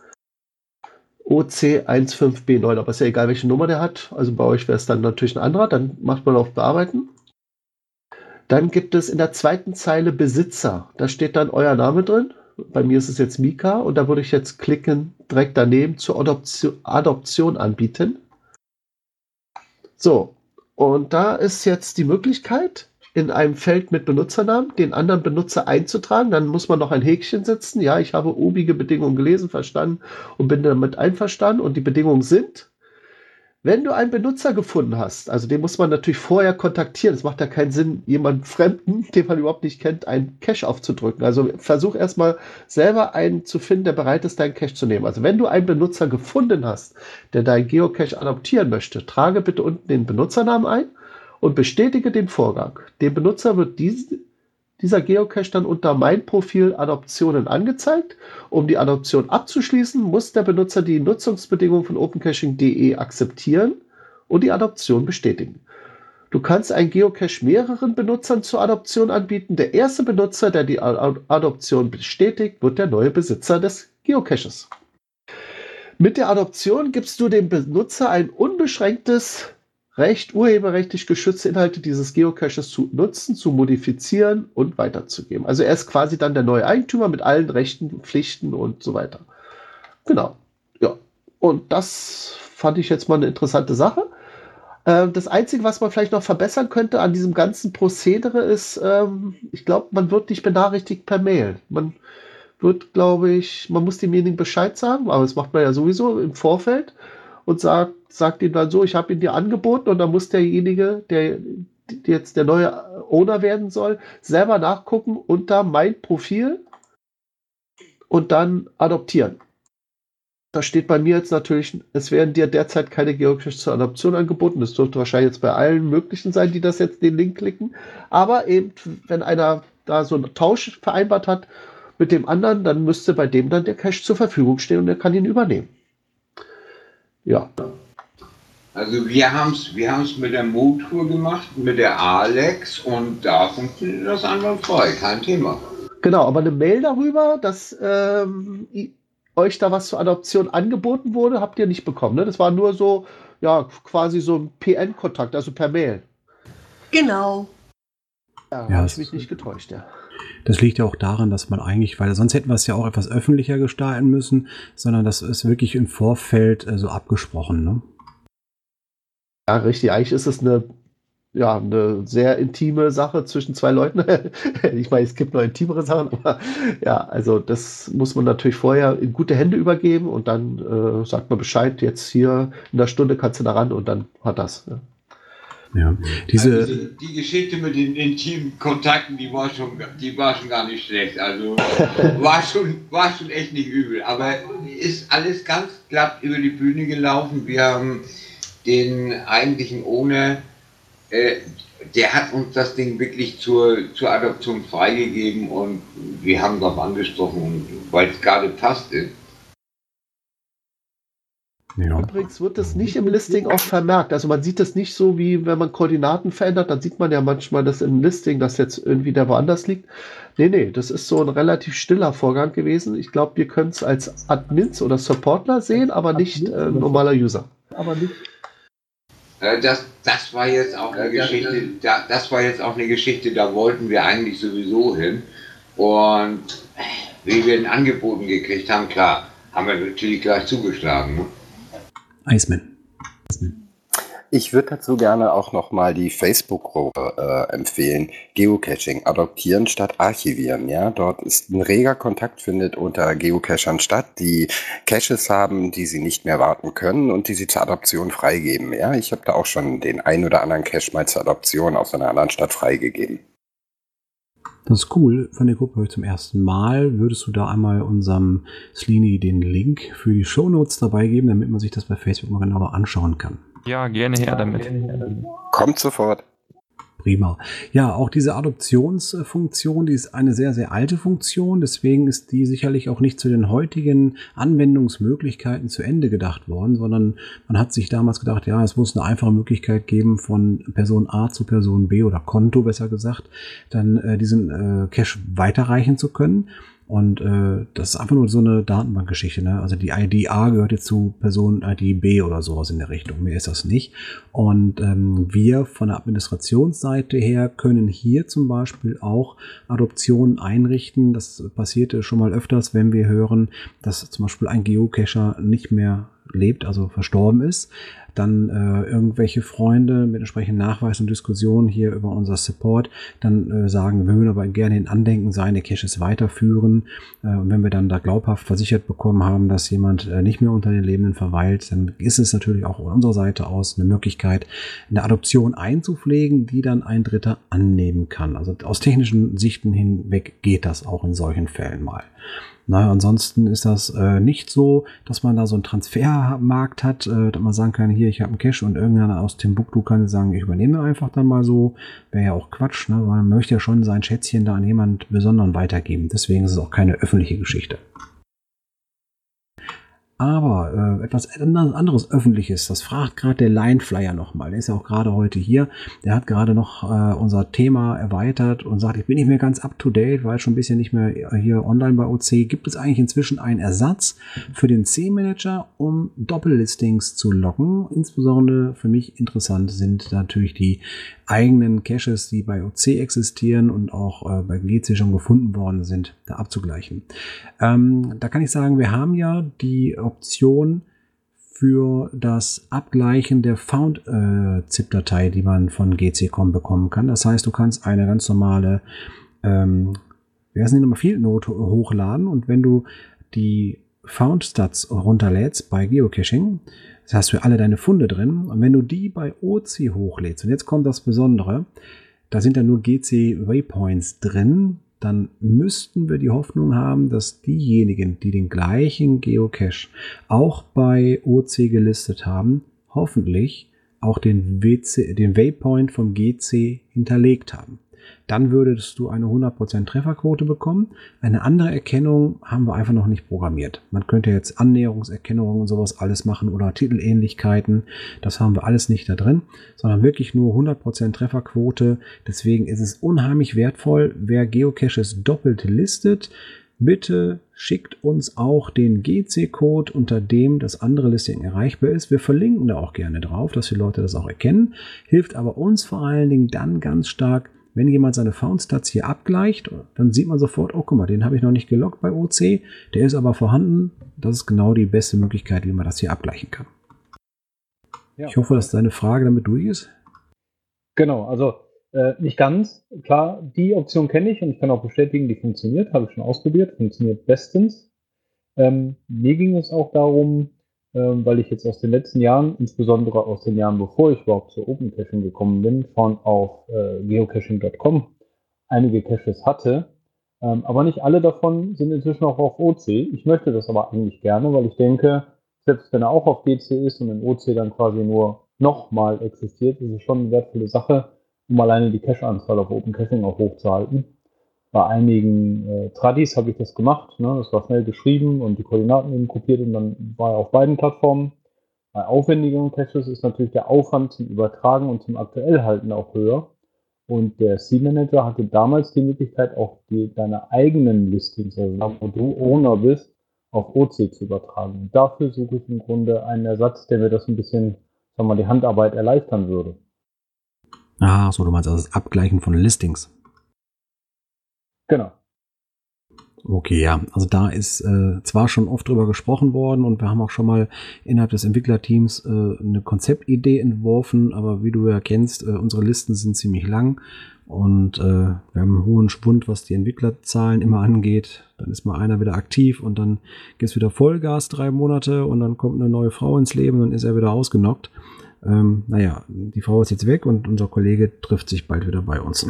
OC15B9, aber ist ja egal, welche Nummer der hat. Also bei euch wäre es dann natürlich ein anderer. Dann macht man auf Bearbeiten. Dann gibt es in der zweiten Zeile Besitzer. Da steht dann euer Name drin. Bei mir ist es jetzt Mika und da würde ich jetzt klicken, direkt daneben zur Adoption anbieten. So, und da ist jetzt die Möglichkeit, in einem Feld mit Benutzernamen den anderen Benutzer einzutragen. Dann muss man noch ein Häkchen setzen. Ja, ich habe obige Bedingungen gelesen, verstanden und bin damit einverstanden. Und die Bedingungen sind, wenn du einen Benutzer gefunden hast, also den muss man natürlich vorher kontaktieren. Es macht ja keinen Sinn, jemanden Fremden, den man überhaupt nicht kennt, einen Cache aufzudrücken. Also versuch erstmal selber einen zu finden, der bereit ist, deinen Cache zu nehmen. Also wenn du einen Benutzer gefunden hast, der deinen Geocache adoptieren möchte, trage bitte unten den Benutzernamen ein und bestätige den Vorgang. Dem Benutzer wird dieser Geocache dann unter Mein Profil Adoptionen angezeigt. Um die Adoption abzuschließen, muss der Benutzer die Nutzungsbedingungen von opencaching.de akzeptieren und die Adoption bestätigen. Du kannst einen Geocache mehreren Benutzern zur Adoption anbieten. Der erste Benutzer, der die Adoption bestätigt, wird der neue Besitzer des Geocaches. Mit der Adoption gibst du dem Benutzer ein unbeschränktes Recht, urheberrechtlich geschützte Inhalte dieses Geocaches zu nutzen, zu modifizieren und weiterzugeben. Also er ist quasi dann der neue Eigentümer mit allen Rechten, Pflichten und so weiter. Genau. Ja. Und das fand ich jetzt mal eine interessante Sache. Das Einzige, was man vielleicht noch verbessern könnte an diesem ganzen Prozedere ist, ich glaube, man wird nicht benachrichtigt per Mail. Man wird, glaube ich, man muss demjenigen Bescheid sagen, aber das macht man ja sowieso im Vorfeld und sagt ihm dann so, ich habe ihn dir angeboten und dann muss derjenige, der jetzt der neue Owner werden soll, selber nachgucken unter Mein Profil und dann adoptieren. Da steht bei mir jetzt natürlich, es werden dir derzeit keine Geocaches zur Adoption angeboten. Das dürfte wahrscheinlich jetzt bei allen möglichen sein, die das jetzt den Link klicken. Aber eben, wenn einer da so einen Tausch vereinbart hat mit dem anderen, dann müsste bei dem dann der Cache zur Verfügung stehen und er kann ihn übernehmen. Ja. Also wir haben's mit der Motour gemacht, mit der Alex und da funktioniert das einwandfrei, kein Thema. Genau, aber eine Mail darüber, dass euch da was zur Adoption angeboten wurde, habt ihr nicht bekommen, ne? Das war nur so, ja, quasi so ein PN-Kontakt, also per Mail. Genau. Ja, habe ich mich nicht getäuscht, ja. Das liegt ja auch daran, dass man eigentlich, weil sonst hätten wir es ja auch etwas öffentlicher gestalten müssen, sondern das ist wirklich im Vorfeld so abgesprochen, ne? Ja, richtig. Eigentlich ist es eine sehr intime Sache zwischen zwei Leuten. Ich meine, es gibt noch intimere Sachen, aber ja, also das muss man natürlich vorher in gute Hände übergeben und dann sagt man Bescheid, jetzt hier in einer Stunde kannst du da ran und dann hat das. Ja. Ja, also die Geschichte mit den intimen Kontakten, die war schon gar nicht schlecht. Also war schon echt nicht übel. Aber ist alles ganz glatt über die Bühne gelaufen. Wir haben den eigentlichen Owner, der hat uns das Ding wirklich zur Adoption freigegeben und wir haben darauf angesprochen, weil es gerade passt ist. Ja. Übrigens wird es nicht im Listing auch vermerkt. Also man sieht es nicht so, wie wenn man Koordinaten verändert, dann sieht man ja manchmal das im Listing, dass jetzt irgendwie der woanders liegt. Nee, das ist so ein relativ stiller Vorgang gewesen. Ich glaube, wir können es als Admins oder Supportler sehen, aber nicht normaler User. Das war jetzt auch eine Geschichte, das war jetzt auch eine Geschichte, da wollten wir eigentlich sowieso hin. Und wie wir den angeboten gekriegt haben, klar, haben wir natürlich gleich zugeschlagen. Ne? Iceman. Ich würde dazu gerne auch nochmal die Facebook-Gruppe empfehlen. Geocaching, adoptieren statt archivieren. Ja, dort ist ein reger Kontakt, findet unter Geocachern statt, die Caches haben, die sie nicht mehr warten können und die sie zur Adoption freigeben. Ja, ich habe da auch schon den ein oder anderen Cache mal zur Adoption aus einer anderen Stadt freigegeben. Das ist cool. Von der Gruppe heute zum ersten Mal. Würdest du da einmal unserem Slini den Link für die Shownotes dabei geben, damit man sich das bei Facebook mal genauer anschauen kann? Ja, gerne her damit. Kommt sofort. Prima. Ja, auch diese Adoptionsfunktion, die ist eine sehr, sehr alte Funktion. Deswegen ist die sicherlich auch nicht zu den heutigen Anwendungsmöglichkeiten zu Ende gedacht worden, sondern man hat sich damals gedacht, ja, es muss eine einfache Möglichkeit geben, von Person A zu Person B oder Konto besser gesagt, dann diesen Cache weiterreichen zu können. Und das ist einfach nur so eine Datenbankgeschichte, ne? Also die ID A gehört jetzt zu Person ID B oder sowas in der Richtung. Mehr ist das nicht. Und wir von der Administrationsseite her können hier zum Beispiel auch Adoptionen einrichten. Das passierte schon mal öfters, wenn wir hören, dass zum Beispiel ein Geocacher nicht mehr lebt, also verstorben ist. Dann irgendwelche Freunde mit entsprechenden Nachweis und Diskussionen hier über unser Support dann sagen, wir würden aber gerne in Andenken seine Caches weiterführen. Und wenn wir dann da glaubhaft versichert bekommen haben, dass jemand nicht mehr unter den Lebenden verweilt, dann ist es natürlich auch von unserer Seite aus eine Möglichkeit, eine Adoption einzupflegen, die dann ein Dritter annehmen kann. Also aus technischen Sichten hinweg geht das auch in solchen Fällen mal. Na, ansonsten ist das nicht so, dass man da so einen Transfermarkt hat, dass man sagen kann, hier, ich habe einen Cache und irgendeiner aus Timbuktu kann sagen, ich übernehme einfach dann mal so. Wäre ja auch Quatsch, ne? Weil man möchte ja schon sein Schätzchen da an jemand Besonderen weitergeben. Deswegen ist es auch keine öffentliche Geschichte. Aber etwas anderes Öffentliches, das fragt gerade der Lineflyer nochmal. Der ist ja auch gerade heute hier. Der hat gerade noch unser Thema erweitert und sagt, ich bin nicht mehr ganz up to date, weil schon ein bisschen nicht mehr hier online bei OC. Gibt es eigentlich inzwischen einen Ersatz für den C-Manager, um Doppellistings zu locken? Insbesondere für mich interessant sind natürlich die eigenen Caches, die bei OC existieren und auch bei GC schon gefunden worden sind, da abzugleichen. Da kann ich sagen, wir haben ja die Option für das Abgleichen der Found-ZIP-Datei, die man von GC.com bekommen kann. Das heißt, du kannst eine ganz normale Field Note hochladen und wenn du die Found-Stats runterlädst bei Geocaching, das hast du alle deine Funde drin. Und wenn du die bei OC hochlädst, und jetzt kommt das Besondere, da sind ja nur GC Waypoints drin, dann müssten wir die Hoffnung haben, dass diejenigen, die den gleichen Geocache auch bei OC gelistet haben, hoffentlich auch den Waypoint vom GC hinterlegt haben. Dann würdest du eine 100% Trefferquote bekommen. Eine andere Erkennung haben wir einfach noch nicht programmiert. Man könnte jetzt Annäherungserkennung und sowas alles machen oder Titelähnlichkeiten. Das haben wir alles nicht da drin, sondern wirklich nur 100% Trefferquote. Deswegen ist es unheimlich wertvoll, wer Geocaches doppelt listet. Bitte schickt uns auch den GC-Code, unter dem das andere Listing erreichbar ist. Wir verlinken da auch gerne drauf, dass die Leute das auch erkennen. Hilft aber uns vor allen Dingen dann ganz stark, wenn jemand seine Found-Stats hier abgleicht, dann sieht man sofort, oh guck mal, den habe ich noch nicht geloggt bei OC, der ist aber vorhanden. Das ist genau die beste Möglichkeit, wie man das hier abgleichen kann. Ja. Ich hoffe, dass deine Frage damit durch ist. Genau, also nicht ganz. Klar, die Option kenne ich und ich kann auch bestätigen, die funktioniert, habe ich schon ausprobiert, funktioniert bestens. Mir ging es auch darum, weil ich jetzt aus den letzten Jahren, insbesondere aus den Jahren, bevor ich überhaupt zu OpenCaching gekommen bin, von auf geocaching.com einige Caches hatte. Aber nicht alle davon sind inzwischen auch auf OC. Ich möchte das aber eigentlich gerne, weil ich denke, selbst wenn er auch auf GC ist und in OC dann quasi nur nochmal existiert, ist es schon eine wertvolle Sache, um alleine die Cache-Anzahl auf OpenCaching auch hochzuhalten. Bei einigen Tradis habe ich das gemacht, ne? Das war schnell geschrieben und die Koordinaten eben kopiert und dann war er auf beiden Plattformen. Bei aufwendigeren Caches ist natürlich der Aufwand zum Übertragen und zum Aktuellhalten auch höher. Und der C-Manager hatte damals die Möglichkeit, auch deine eigenen Listings, also da wo du Owner bist, auf OC zu übertragen. Und dafür suche ich im Grunde einen Ersatz, der mir das ein bisschen sagen wir mal, die Handarbeit erleichtern würde. Ah, so, du meinst also das Abgleichen von Listings. Genau. Okay, ja, also da ist zwar schon oft drüber gesprochen worden und wir haben auch schon mal innerhalb des Entwicklerteams eine Konzeptidee entworfen, aber wie du ja kennst, unsere Listen sind ziemlich lang und wir haben einen hohen Schwund, was die Entwicklerzahlen immer angeht. Dann ist mal einer wieder aktiv und dann gibt es wieder Vollgas 3 Monate und dann kommt eine neue Frau ins Leben und dann ist er wieder ausgenockt. Naja, die Frau ist jetzt weg und unser Kollege trifft sich bald wieder bei uns.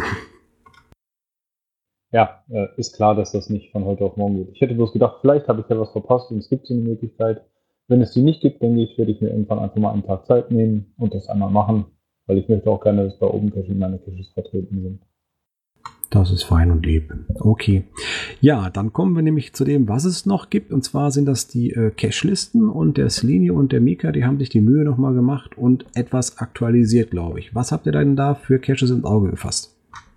Ja, ist klar, dass das nicht von heute auf morgen geht. Ich hätte bloß gedacht, vielleicht habe ich ja was verpasst und es gibt so eine Möglichkeit. Wenn es die nicht gibt, denke ich, werde ich mir irgendwann einfach mal einen Tag Zeit nehmen und das einmal machen, weil ich möchte auch gerne, dass bei OpenCaching meine Caches vertreten sind. Das ist fein und lieb. Okay. Ja, dann kommen wir nämlich zu dem, was es noch gibt. Und zwar sind das die Cache-Listen und der Slini und der Mika, die haben sich die Mühe nochmal gemacht und etwas aktualisiert, glaube ich. Was habt ihr denn da für Caches ins Auge gefasst?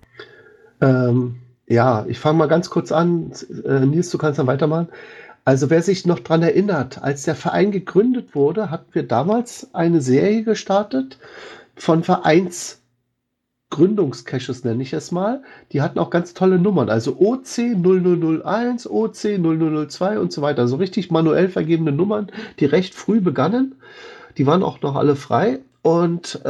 Ja, ich fange mal ganz kurz an. Nils, du kannst dann weitermachen. Also wer sich noch dran erinnert, als der Verein gegründet wurde, hatten wir damals eine Serie gestartet von Vereinsgründungscaches, nenne ich es mal. Die hatten auch ganz tolle Nummern, also OC 0001, OC 0002 und so weiter. So richtig manuell vergebene Nummern, die recht früh begannen. Die waren auch noch alle frei. Und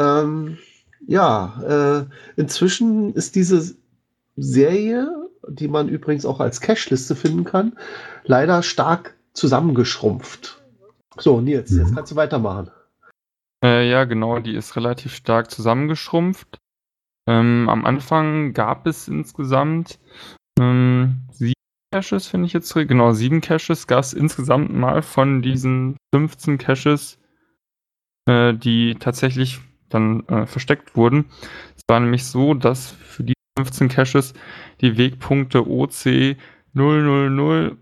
inzwischen ist diese Serie, die man übrigens auch als Cache-Liste finden kann, leider stark zusammengeschrumpft. So, Nils, jetzt kannst du weitermachen. Ja, genau, die ist relativ stark zusammengeschrumpft. Am Anfang gab es insgesamt 7 Caches, finde ich jetzt. Genau, 7 Caches gab es insgesamt mal von diesen 15 Caches, die tatsächlich dann versteckt wurden. Es war nämlich so, dass für die 15 Caches die Wegpunkte OC 000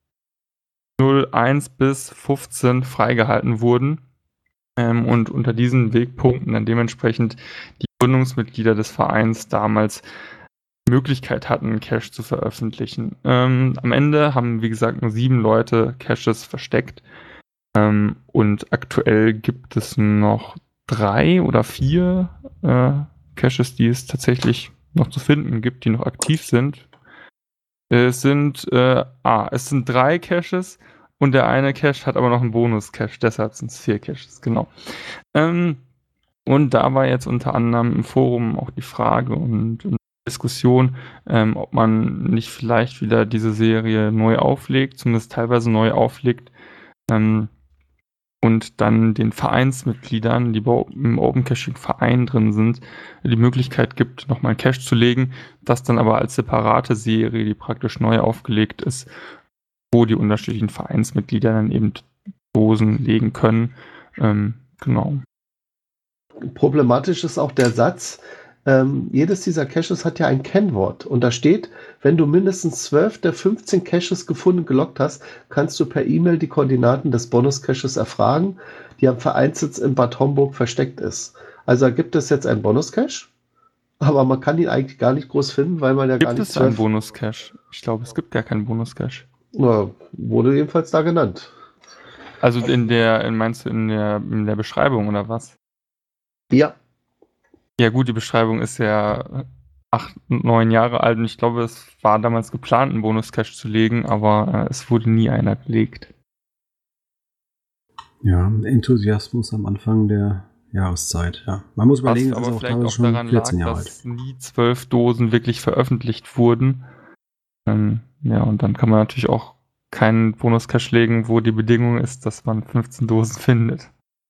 01 bis 15 freigehalten wurden und unter diesen Wegpunkten dann dementsprechend die Gründungsmitglieder des Vereins damals die Möglichkeit hatten, einen Cache zu veröffentlichen. Am Ende haben, wie gesagt, nur 7 Leute Caches versteckt und aktuell gibt es noch 3 oder 4 Caches, die es tatsächlich noch zu finden gibt, die noch aktiv sind. Es sind 3 Caches und der eine Cache hat aber noch einen Bonus-Cache, deshalb sind es 4 Caches, genau. Und da war jetzt unter anderem im Forum auch die Frage und Diskussion, ob man nicht vielleicht wieder diese Serie neu auflegt, zumindest teilweise neu auflegt, und dann den Vereinsmitgliedern, die im Open Caching Verein drin sind, die Möglichkeit gibt, nochmal einen Cache zu legen, das dann aber als separate Serie, die praktisch neu aufgelegt ist, wo die unterschiedlichen Vereinsmitglieder dann eben Dosen legen können. Genau. Problematisch ist auch der Satz, jedes dieser Caches hat ja ein Kennwort und da steht, wenn du mindestens 12 der 15 Caches gefunden gelockt hast, kannst du per E-Mail die Koordinaten des Bonus-Caches erfragen, die am Vereinssitz in Bad Homburg versteckt ist. Also gibt es jetzt einen Bonus-Cache, aber man kann ihn eigentlich gar nicht groß finden, weil man ja gar nicht... Gibt es einen Bonus-Cache? Ich glaube, es gibt gar keinen Bonus-Cache. Na, wurde jedenfalls da genannt. Also meinst du in der Beschreibung oder was? Ja. Ja gut, die Beschreibung ist ja 8, 9 Jahre alt und ich glaube, es war damals geplant, einen Bonus-Cache zu legen, aber es wurde nie einer gelegt. Ja, Enthusiasmus am Anfang der Jahreszeit, ja. Man muss überlegen, aber dass vielleicht auch daran lag, dass nie 12 Dosen wirklich veröffentlicht wurden. Ja, und dann kann man natürlich auch keinen Bonus-Cache legen, wo die Bedingung ist, dass man 15 Dosen findet.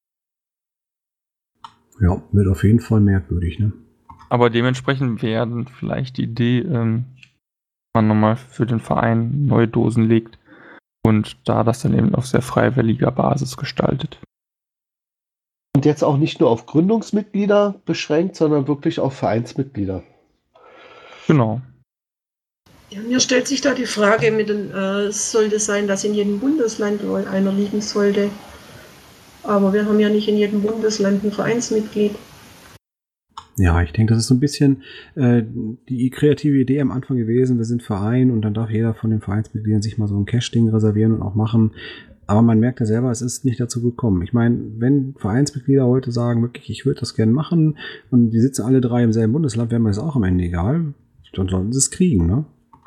Ja, wird auf jeden Fall merkwürdig, ne? Aber dementsprechend wäre dann vielleicht die Idee, man nochmal für den Verein neue Dosen legt und da das dann eben auf sehr freiwilliger Basis gestaltet. Und jetzt auch nicht nur auf Gründungsmitglieder beschränkt, sondern wirklich auf Vereinsmitglieder. Genau. Ja, mir stellt sich da die Frage, es sollte sein, dass in jedem Bundesland wohl einer liegen sollte. Aber wir haben ja nicht in jedem Bundesland ein Vereinsmitglied. Ja, ich denke, das ist so ein bisschen die kreative Idee am Anfang gewesen. Wir sind Verein und dann darf jeder von den Vereinsmitgliedern sich mal so ein Cache-Ding reservieren und auch machen. Aber man merkt ja selber, es ist nicht dazu gekommen. Ich meine, wenn Vereinsmitglieder heute sagen, wirklich, ich würde das gerne machen und die sitzen alle 3 im selben Bundesland, wäre mir das auch am Ende egal. Dann sollten sie es kriegen, ne?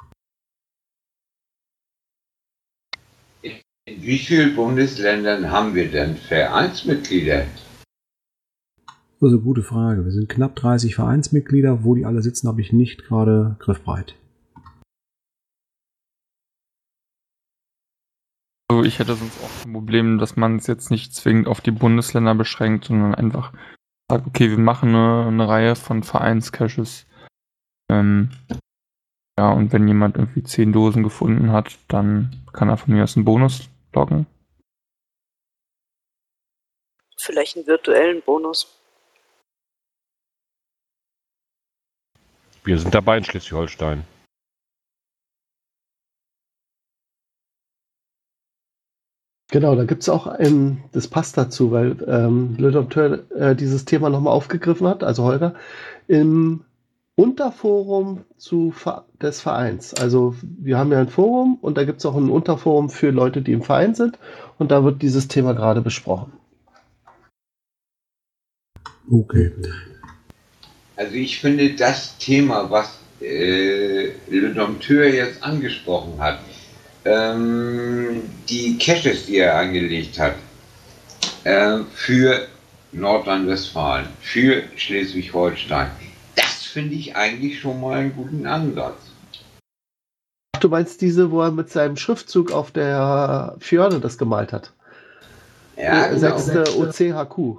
In wie vielen Bundesländern haben wir denn Vereinsmitglieder? Also gute Frage. Wir sind knapp 30 Vereinsmitglieder. Wo die alle sitzen, habe ich nicht gerade griffbereit. Also ich hätte sonst auch ein Problem, dass man es jetzt nicht zwingend auf die Bundesländer beschränkt, sondern einfach sagt, okay, wir machen eine Reihe von Vereinscaches. Ja, und wenn jemand irgendwie 10 Dosen gefunden hat, dann kann er von mir aus einen Bonus loggen. Vielleicht einen virtuellen Bonus. Wir sind dabei in Schleswig-Holstein. Genau, da gibt es auch das passt dazu, weil Le Dompteur dieses Thema nochmal aufgegriffen hat, also Holger, im Unterforum des Vereins. Also wir haben ja ein Forum und da gibt es auch ein Unterforum für Leute, die im Verein sind und da wird dieses Thema gerade besprochen. Okay. Also ich finde das Thema, was Le Dompteur jetzt angesprochen hat, die Caches, die er angelegt hat, für Nordrhein-Westfalen, für Schleswig-Holstein, das finde ich eigentlich schon mal einen guten Ansatz. Ach, du meinst diese, wo er mit seinem Schriftzug auf der Fjorde das gemalt hat? Ja, genau. 6. OCHQ.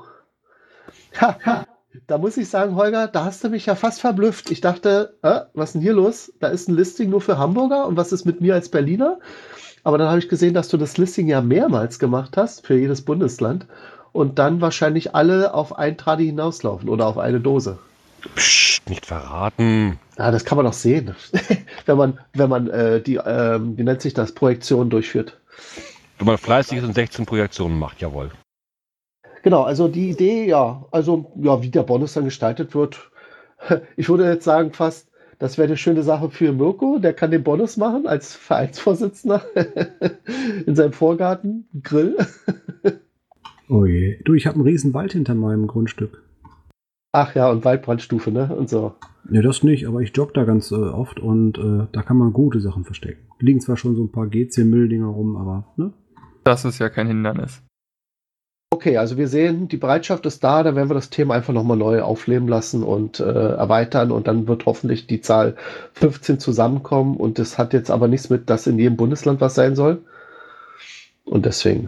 Ha. Da muss ich sagen, Holger, da hast du mich ja fast verblüfft. Ich dachte, was ist denn hier los? Da ist ein Listing nur für Hamburger und was ist mit mir als Berliner? Aber dann habe ich gesehen, dass du das Listing ja mehrmals gemacht hast für jedes Bundesland und dann wahrscheinlich alle auf ein Tradi hinauslaufen oder auf eine Dose. Psst, nicht verraten. Ja, das kann man doch sehen, wenn man die, wie nennt sich das, Projektion durchführt. Wenn man fleißig ist und 16 Projektionen macht, jawohl. Genau, also die Idee, wie der Bonus dann gestaltet wird. Ich würde jetzt sagen fast, das wäre eine schöne Sache für Mirko, der kann den Bonus machen als Vereinsvorsitzender in seinem Vorgarten, Grill. Oh je. Du, ich habe einen riesen Wald hinter meinem Grundstück. Ach ja, und Waldbrandstufe, ne? Und so. Ne, das nicht, aber ich jogge da ganz oft und da kann man gute Sachen verstecken. Liegen zwar schon so ein paar GC-Mülldinger rum, aber, ne? Das ist ja kein Hindernis. Okay, also wir sehen, die Bereitschaft ist da, da werden wir das Thema einfach nochmal neu aufleben lassen und erweitern und dann wird hoffentlich die Zahl 15 zusammenkommen und das hat jetzt aber nichts mit, dass in jedem Bundesland was sein soll und deswegen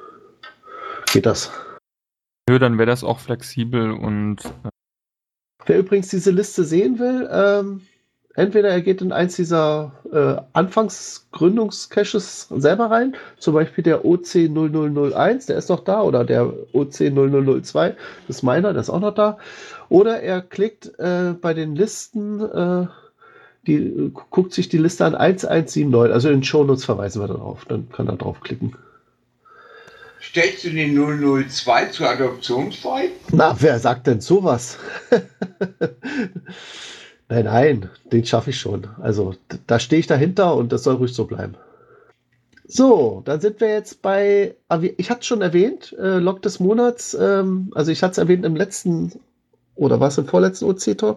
geht das. Nö, dann wäre das auch flexibel und... Wer übrigens diese Liste sehen will, entweder er geht in eins dieser Anfangsgründungscaches selber rein, zum Beispiel der OC0001, der ist noch da, oder der OC0002, das ist meiner, der ist auch noch da. Oder er klickt bei den Listen, guckt sich die Liste an 1179, also in den Shownotes verweisen wir darauf, dann kann er draufklicken. Stellst du den 002 zur Adoption frei? Na, wer sagt denn sowas? Nein, den schaffe ich schon. Also da stehe ich dahinter und das soll ruhig so bleiben. So, dann sind wir jetzt bei, ich hatte es schon erwähnt, Log des Monats, also ich hatte es erwähnt im letzten, oder was im vorletzten OC-Talk,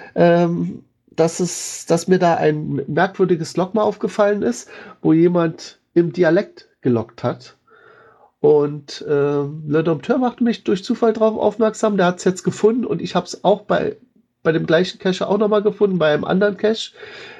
dass mir da ein merkwürdiges Log mal aufgefallen ist, wo jemand im Dialekt geloggt hat. Und Le Dompteur machte mich durch Zufall darauf aufmerksam, der hat es jetzt gefunden und ich habe es auch bei dem gleichen Cache auch nochmal gefunden, bei einem anderen Cache.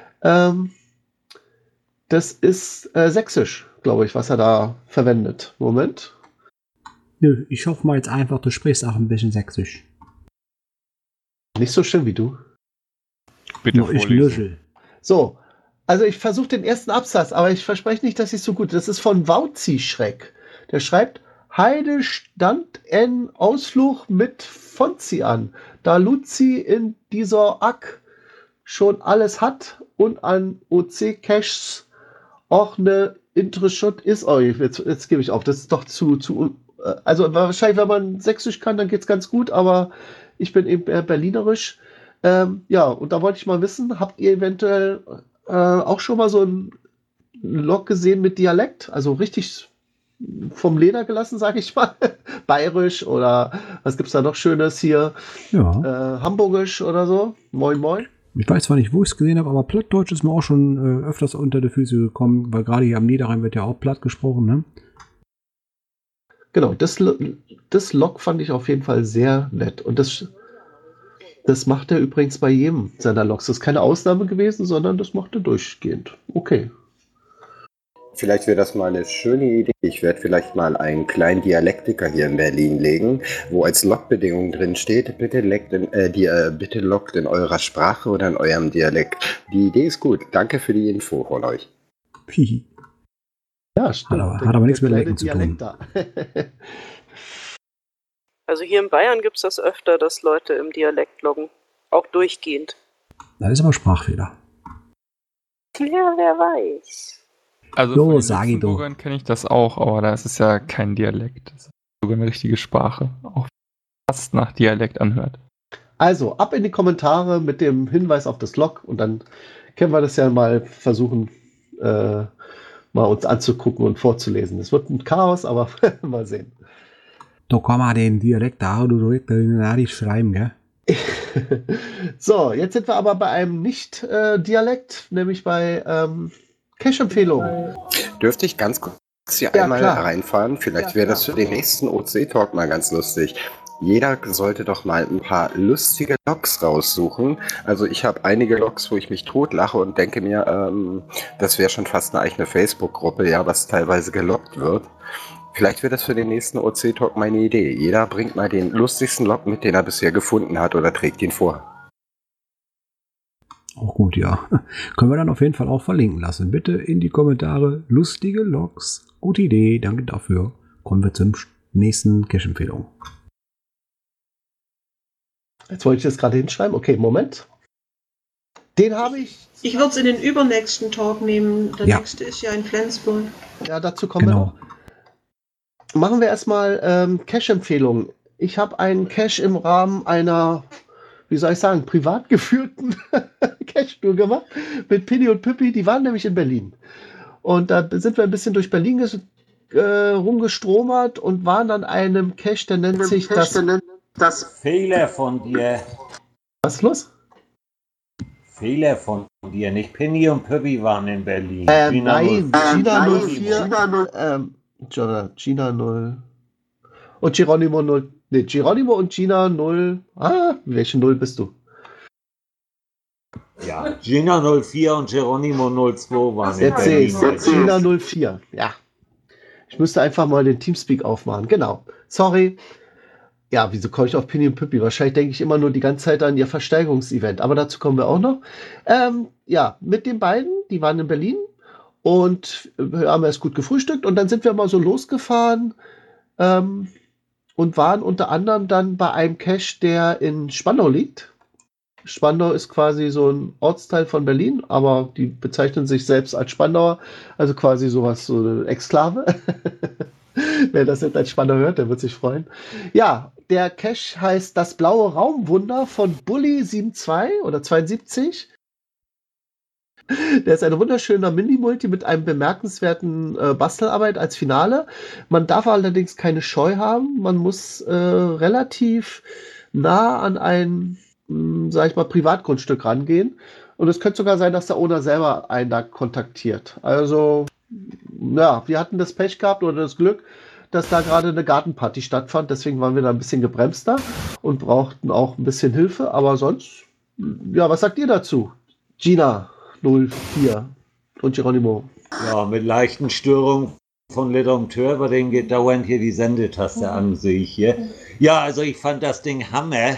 Das ist Sächsisch, glaube ich, was er da verwendet. Moment. Nö, ich hoffe mal jetzt einfach, du sprichst auch ein bisschen Sächsisch. Nicht so schön wie du. Bitte nur ich löschel. So, also ich versuche den ersten Absatz, aber ich verspreche nicht, dass ich so gut. Das ist von Wauzi-Schreck. Der schreibt, Heide stand en Ausflug mit Fonzi an, da Luzi in dieser Ack schon alles hat und an OC-Caches auch eine Interessant ist. Oh, jetzt gebe ich auf, das ist doch also wahrscheinlich, wenn man Sächsisch kann, dann geht es ganz gut, aber ich bin eben berlinerisch. Ja, und da wollte ich mal wissen, habt ihr eventuell auch schon mal so ein Log gesehen mit Dialekt? Also richtig vom Leder gelassen, sage ich mal. Bayerisch oder was gibt's da noch Schönes hier? Ja. Hamburgisch oder so. Moin, moin. Ich weiß zwar nicht, wo ich es gesehen habe, aber Plattdeutsch ist mir auch schon öfters unter die Füße gekommen, weil gerade hier am Niederrhein wird ja auch platt gesprochen, ne? Genau, das Log fand ich auf jeden Fall sehr nett. Und das macht er übrigens bei jedem seiner Logs. Das ist keine Ausnahme gewesen, sondern das macht er durchgehend. Okay. Vielleicht wäre das mal eine schöne Idee. Ich werde vielleicht mal einen kleinen Dialektiker hier in Berlin legen, wo als Logbedingung drin steht, bitte loggt in eurer Sprache oder in eurem Dialekt. Die Idee ist gut. Danke für die Info von euch. Pihi. Ja, stimmt. Hat aber nichts mit Lecken zu tun. Also hier in Bayern gibt es das öfter, dass Leute im Dialekt loggen. Auch durchgehend. Das ist aber Sprachfehler. Ja, wer weiß. Also So, von den sag ich doch. Luxemburgern kenne ich das auch, aber da ist es ja kein Dialekt. Das ist sogar eine richtige Sprache. Auch fast nach Dialekt anhört. Also, ab in die Kommentare mit dem Hinweis auf das Log und dann können wir das ja mal versuchen, mal uns anzugucken und vorzulesen. Es wird ein Chaos, aber mal sehen. Da kann man den Dialekt da nicht schreiben, gell? So, jetzt sind wir aber bei einem Nicht-Dialekt, nämlich bei Cache-Empfehlungen. Dürfte ich ganz kurz hier Ja, einmal klar. reinfahren? Vielleicht Ja, wäre das klar. für den nächsten OC-Talk mal ganz lustig. Jeder sollte doch mal ein paar lustige Logs raussuchen. Also ich habe einige Logs, wo ich mich totlache und denke mir, das wäre schon fast eine eigene Facebook-Gruppe, ja, was teilweise geloggt wird. Vielleicht wäre das für den nächsten OC-Talk meine Idee. Jeder bringt mal den lustigsten Log mit, den er bisher gefunden hat oder trägt ihn vor. Auch gut, ja. Können wir dann auf jeden Fall auch verlinken lassen. Bitte in die Kommentare lustige Logs. Gute Idee, danke dafür. Kommen wir zum nächsten Cache-Empfehlung. Jetzt wollte ich das gerade hinschreiben. Okay, Moment. Den habe ich. Ich würde es in den übernächsten Talk nehmen. Der Ja. nächste ist ja in Flensburg. Ja, dazu kommen wir Genau. noch. Machen wir erstmal Cache-Empfehlungen. Ich habe einen Cache im Rahmen einer, wie soll ich sagen, privat geführten Cache-Tour gemacht mit Pinny und Püppi. Die waren nämlich in Berlin. Und da sind wir ein bisschen durch Berlin rumgestromert und waren an einem Cache, der nennt sich das Fehler von dir. Was ist los? Fehler von dir. Nicht Penny und Püppi waren in Berlin. Nein, Gina 04. Gina 0. Und Geronimo 0. Ne, Geronimo und Gina 0. Welche 0 bist du? Ja, Gina 04 und Geronimo 02 waren in Jetzt sehe ich Berlin. es. Gina 04. Ja. Ich müsste einfach mal den Teamspeak aufmachen. Genau. Sorry. Ja, wieso komme ich auf Pinny und Püppi? Wahrscheinlich denke ich immer nur die ganze Zeit an ihr Versteigerungsevent. Aber dazu kommen wir auch noch. Ja, mit den beiden, die waren in Berlin und haben erst gut gefrühstückt. Und dann sind wir mal so losgefahren und waren unter anderem dann bei einem Cache, der in Spandau liegt. Spandau ist quasi so ein Ortsteil von Berlin, aber die bezeichnen sich selbst als Spandauer, also quasi sowas, so eine Exklave. Wer das jetzt als Spandau hört, der wird sich freuen. Ja, der Cache heißt Das blaue Raumwunder von Bully72 oder 72. Der ist ein wunderschöner Mini-Multi mit einem bemerkenswerten Bastelarbeit als Finale. Man darf allerdings keine Scheu haben. Man muss relativ nah an ein, sag ich mal, Privatgrundstück rangehen. Und es könnte sogar sein, dass der Owner selber einen da kontaktiert. Also, ja, wir hatten das Pech gehabt oder das Glück, dass da gerade eine Gartenparty stattfand. Deswegen waren wir da ein bisschen gebremster und brauchten auch ein bisschen Hilfe. Aber sonst, ja, was sagt ihr dazu? Gina 04 und Geronimo. Ja, mit leichten Störungen von Ledomteur, bei denen geht dauernd hier die Sendetaste an, sehe ich hier. Ja, also ich fand das Ding Hammer.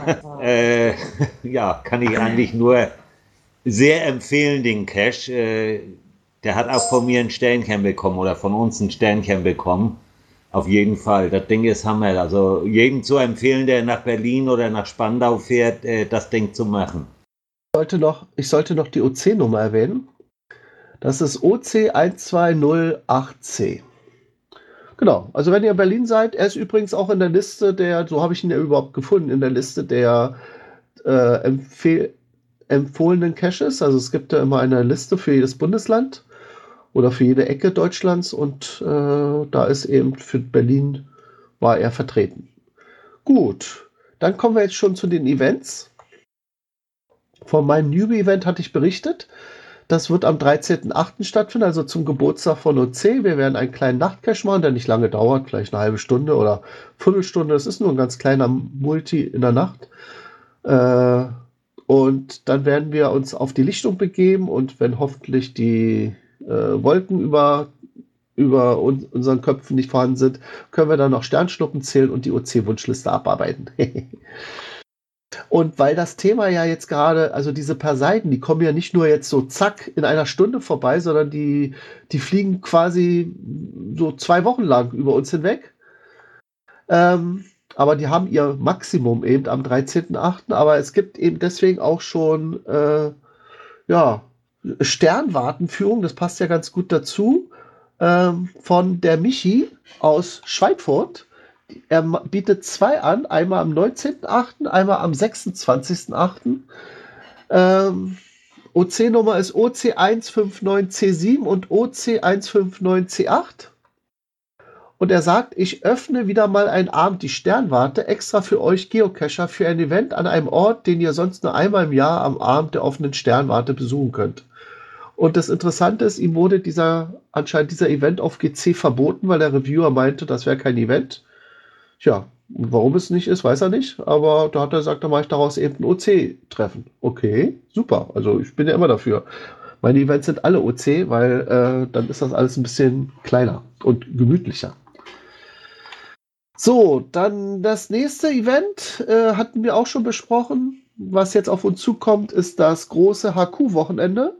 Ja, kann ich eigentlich nur sehr empfehlen, den Cache. Der hat auch von mir ein Sternchen bekommen oder von uns ein Sternchen bekommen. Auf jeden Fall, das Ding ist Hammer. Also jedem zu empfehlen, der nach Berlin oder nach Spandau fährt, das Ding zu machen. Ich sollte noch die OC-Nummer erwähnen. Das ist OC12080C. Genau, also wenn ihr in Berlin seid, er ist übrigens auch in der Liste der, so habe ich ihn ja überhaupt gefunden, in der Liste der empfohlenen Caches. Also es gibt ja immer eine Liste für jedes Bundesland. oder für jede Ecke Deutschlands und da ist eben für Berlin war er vertreten. Gut, dann kommen wir jetzt schon zu den Events. Von meinem Newbie-Event hatte ich berichtet. Das wird am 13.08. stattfinden, also zum Geburtstag von OC. Wir werden einen kleinen Nachtcache machen, der nicht lange dauert, vielleicht eine halbe Stunde oder Viertelstunde. Das ist nur ein ganz kleiner Multi in der Nacht. Und dann werden wir uns auf die Lichtung begeben und wenn hoffentlich die Wolken über unseren Köpfen nicht vorhanden sind, können wir dann noch Sternschnuppen zählen und die OC-Wunschliste abarbeiten. Und weil das Thema ja jetzt gerade, also diese Perseiden, die kommen ja nicht nur jetzt so zack in einer Stunde vorbei, sondern die fliegen quasi so 2 Wochen lang über uns hinweg. Aber die haben ihr Maximum eben am 13.08. Aber es gibt eben deswegen auch schon Sternwartenführung, das passt ja ganz gut dazu, von der Michi aus Schweinfurt. Er bietet 2 an, einmal am 19.08., einmal am 26.08. OC-Nummer ist OC159C7 und OC159C8. Und er sagt, ich öffne wieder mal einen Abend die Sternwarte extra für euch Geocacher für ein Event an einem Ort, den ihr sonst nur einmal im Jahr am Abend der offenen Sternwarte besuchen könnt. Und das Interessante ist, ihm wurde anscheinend dieser Event auf GC verboten, weil der Reviewer meinte, das wäre kein Event. Tja, und warum es nicht ist, weiß er nicht. Aber da hat er gesagt, da mache ich daraus eben ein OC-Treffen. Okay, super. Also ich bin ja immer dafür. Meine Events sind alle OC, weil dann ist das alles ein bisschen kleiner und gemütlicher. So, dann das nächste Event hatten wir auch schon besprochen. Was jetzt auf uns zukommt, ist das große HQ-Wochenende.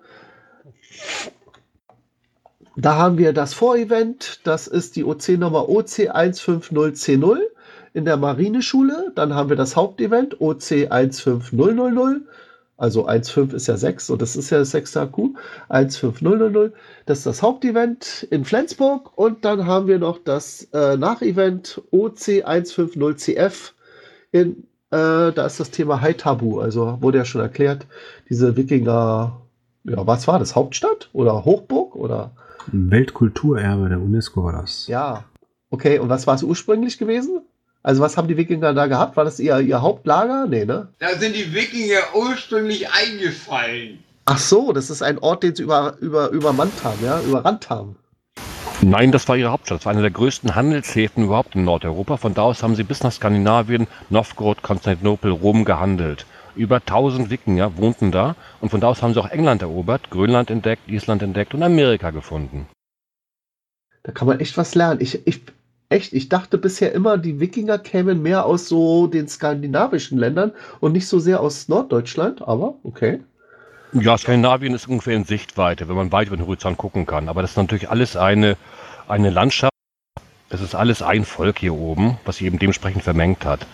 Da haben wir das Vorevent, das ist die OC-Nummer OC150C0 in der Marineschule. Dann haben wir das Hauptevent OC15000, also 1.5 ist ja 6 und das ist ja das 6. HQ, 15000, das ist das Hauptevent in Flensburg und dann haben wir noch das Nachevent OC150CF da ist das Thema High Tabu, also wurde ja schon erklärt, diese Wikinger, ja, was war das, Hauptstadt oder Hochburg oder? Weltkulturerbe der UNESCO war das. Ja, okay. Und was war es ursprünglich gewesen? Also was haben die Wikinger da gehabt? War das ihr Hauptlager? Nee, ne? Da sind die Wikinger ursprünglich eingefallen. Ach so, das ist ein Ort, den sie übermannt haben, ja? Überrannt haben. Nein, das war ihre Hauptstadt. Das war einer der größten Handelshäfen überhaupt in Nordeuropa. Von da aus haben sie bis nach Skandinavien, Novgorod, Konstantinopel, Rom gehandelt. Über 1000 Wikinger wohnten da und von da aus haben sie auch England erobert, Grönland entdeckt, Island entdeckt und Amerika gefunden. Da kann man echt was lernen. Ich dachte bisher immer, die Wikinger kämen mehr aus so den skandinavischen Ländern und nicht so sehr aus Norddeutschland, aber okay. Ja, Skandinavien ist ungefähr in Sichtweite, wenn man weit über den Horizont gucken kann. Aber das ist natürlich alles eine Landschaft. Das ist alles ein Volk hier oben, was sich eben dementsprechend vermengt hat.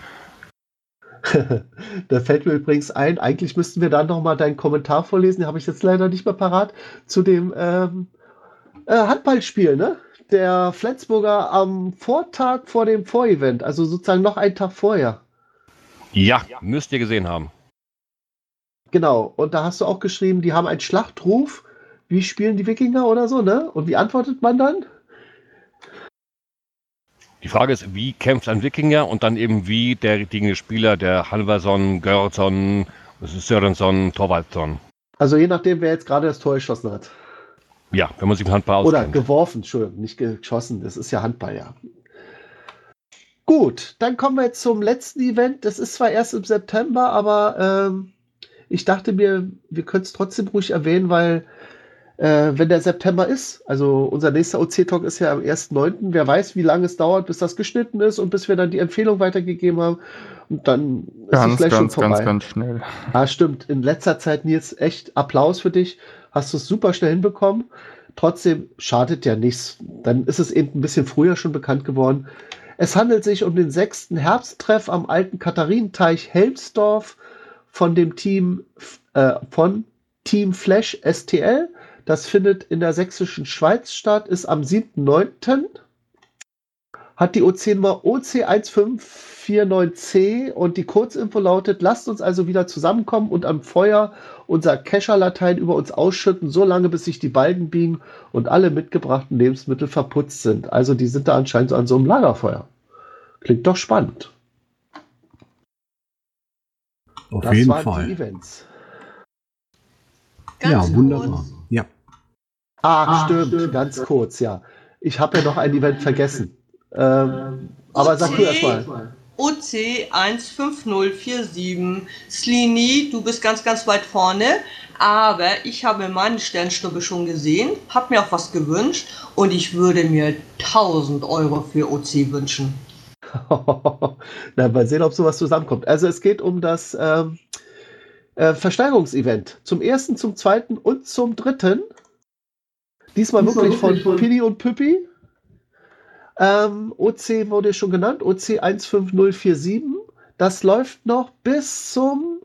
Da fällt mir übrigens ein, eigentlich müssten wir da nochmal deinen Kommentar vorlesen, den habe ich jetzt leider nicht mehr parat, zu dem Handballspiel, ne? Der Flensburger am Vortag vor dem Vorevent, also sozusagen noch einen Tag vorher. Ja, müsst ihr gesehen haben. Genau, und da hast du auch geschrieben, die haben einen Schlachtruf, wie spielen die Wikinger oder so, ne? Und wie antwortet man dann? Die Frage ist, wie kämpft ein Wikinger und dann eben wie der richtige Spieler, der Halvarsson, Gördsson, Sörensson, Thorvaldsson. Also je nachdem, wer jetzt gerade das Tor geschossen hat. Ja, wenn man sich mit Handball auskennt. Oder geworfen, Entschuldigung, nicht geschossen, das ist ja Handball, ja. Gut, dann kommen wir jetzt zum letzten Event. Das ist zwar erst im September, aber ich dachte mir, wir können es trotzdem ruhig erwähnen, weil wenn der September ist, also unser nächster OC-Talk ist ja am 1.9., wer weiß, wie lange es dauert, bis das geschnitten ist und bis wir dann die Empfehlung weitergegeben haben. Und dann ist es gleich schon vorbei. Ganz schnell. Ah, stimmt. In letzter Zeit, Nils, echt Applaus für dich. Hast du es super schnell hinbekommen. Trotzdem schadet ja nichts. Dann ist es eben ein bisschen früher schon bekannt geworden. Es handelt sich um den 6. Herbsttreff am alten Katharinenteich Helmsdorf von dem Team Flash STL. Das findet in der sächsischen Schweiz statt, ist am 7.9. hat die OC-Nummer OC1549C und die Kurzinfo lautet: Lasst uns also wieder zusammenkommen und am Feuer unser Kescher-Latein über uns ausschütten, so lange bis sich die Balken biegen und alle mitgebrachten Lebensmittel verputzt sind. Also die sind da anscheinend so an so einem Lagerfeuer. Klingt doch spannend. Auf Das jeden waren Fall. die Events. Ganz Ja, wunderbar. Ja. Stimmt, ganz kurz, ja. Ich habe ja noch ein Event vergessen. Aber sag du erst mal. OC 15047. Slini, du bist ganz, ganz weit vorne. Aber ich habe meine Sternschnuppe schon gesehen, habe mir auch was gewünscht und ich würde mir 1000 Euro für OC wünschen. Na, mal sehen, ob sowas zusammenkommt. Also es geht um das Versteigerungsevent. Zum 1., zum 2. und zum 3. Diesmal wirklich von Pini und Püppi. OC wurde schon genannt, OC 15047. Das läuft noch bis zum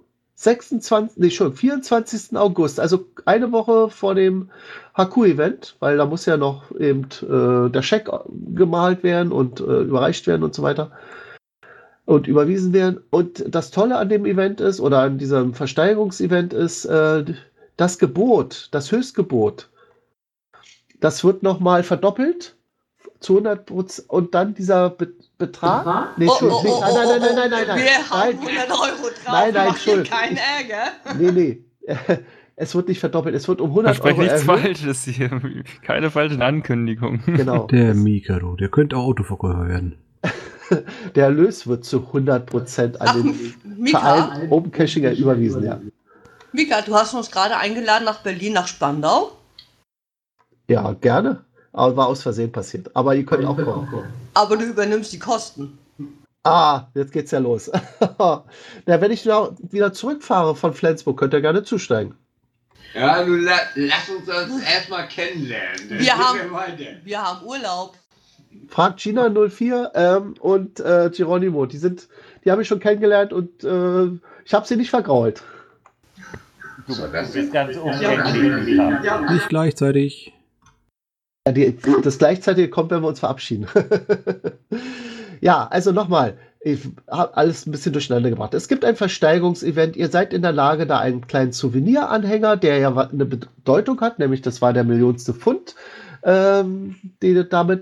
24. August, also eine Woche vor dem HQ-Event, weil da muss ja noch eben der Scheck gemalt werden und überreicht werden und so weiter und überwiesen werden. Und das Tolle an dem Event ist, oder an diesem Versteigerungsevent ist, das Gebot, das Höchstgebot, das wird nochmal verdoppelt zu 100% und dann dieser Betrag. Nee, Entschuldigung. Nein. Wir haben 100 Euro drauf. Nein, Mach hier Entschuldigung. keinen Ärger. Nee. Es wird nicht verdoppelt, es wird um 100 Verspreche Euro nichts erhöht. Falsches hier. Keine falschen Ankündigungen. Genau. Der Mikado, der könnte auch Autoverkäufer werden. Der Erlös wird zu 100% an den Mika? Verein Open Cashinger überwiesen, ja. Mika, du hast uns gerade eingeladen nach Berlin, nach Spandau. Ja, gerne. Aber war aus Versehen passiert. Aber ihr könnt auch kommen. Aber du übernimmst die Kosten. Jetzt geht's ja los. Na, wenn ich wieder zurückfahre von Flensburg, könnt ihr gerne zusteigen. Ja, du lass uns erstmal kennenlernen. Dann Wir gehen haben- wir weiter. Wir haben Urlaub. Fragt Gina 04 und Geronimo. Die habe ich schon kennengelernt und ich habe sie nicht vergrault. Du bist ganz umgänglich. Nicht gleichzeitig. Ja, das Gleichzeitige kommt, wenn wir uns verabschieden. Ja, also nochmal, ich habe alles ein bisschen durcheinander gebracht. Es gibt ein Versteigerungsevent. Ihr seid in der Lage, da einen kleinen Souveniranhänger, der ja eine Bedeutung hat, nämlich das war der millionste Pfund, die damit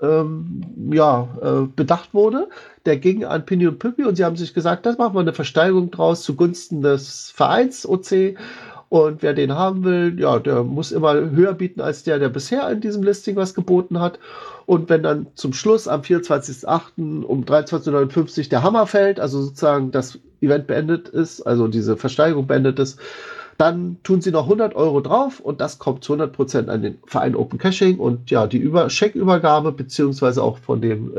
bedacht wurde. Der ging an Pini und Püppi und sie haben sich gesagt, das machen wir eine Versteigerung draus zugunsten des Vereins OC. Und wer den haben will, ja, der muss immer höher bieten als der bisher in diesem Listing was geboten hat. Und wenn dann zum Schluss am 24.08. um 23:59 Uhr der Hammer fällt, also sozusagen das Event beendet ist, also diese Versteigerung beendet ist, dann tun sie noch 100 Euro drauf und das kommt zu 100% an den Verein Open Caching und ja, die Scheckübergabe beziehungsweise auch von dem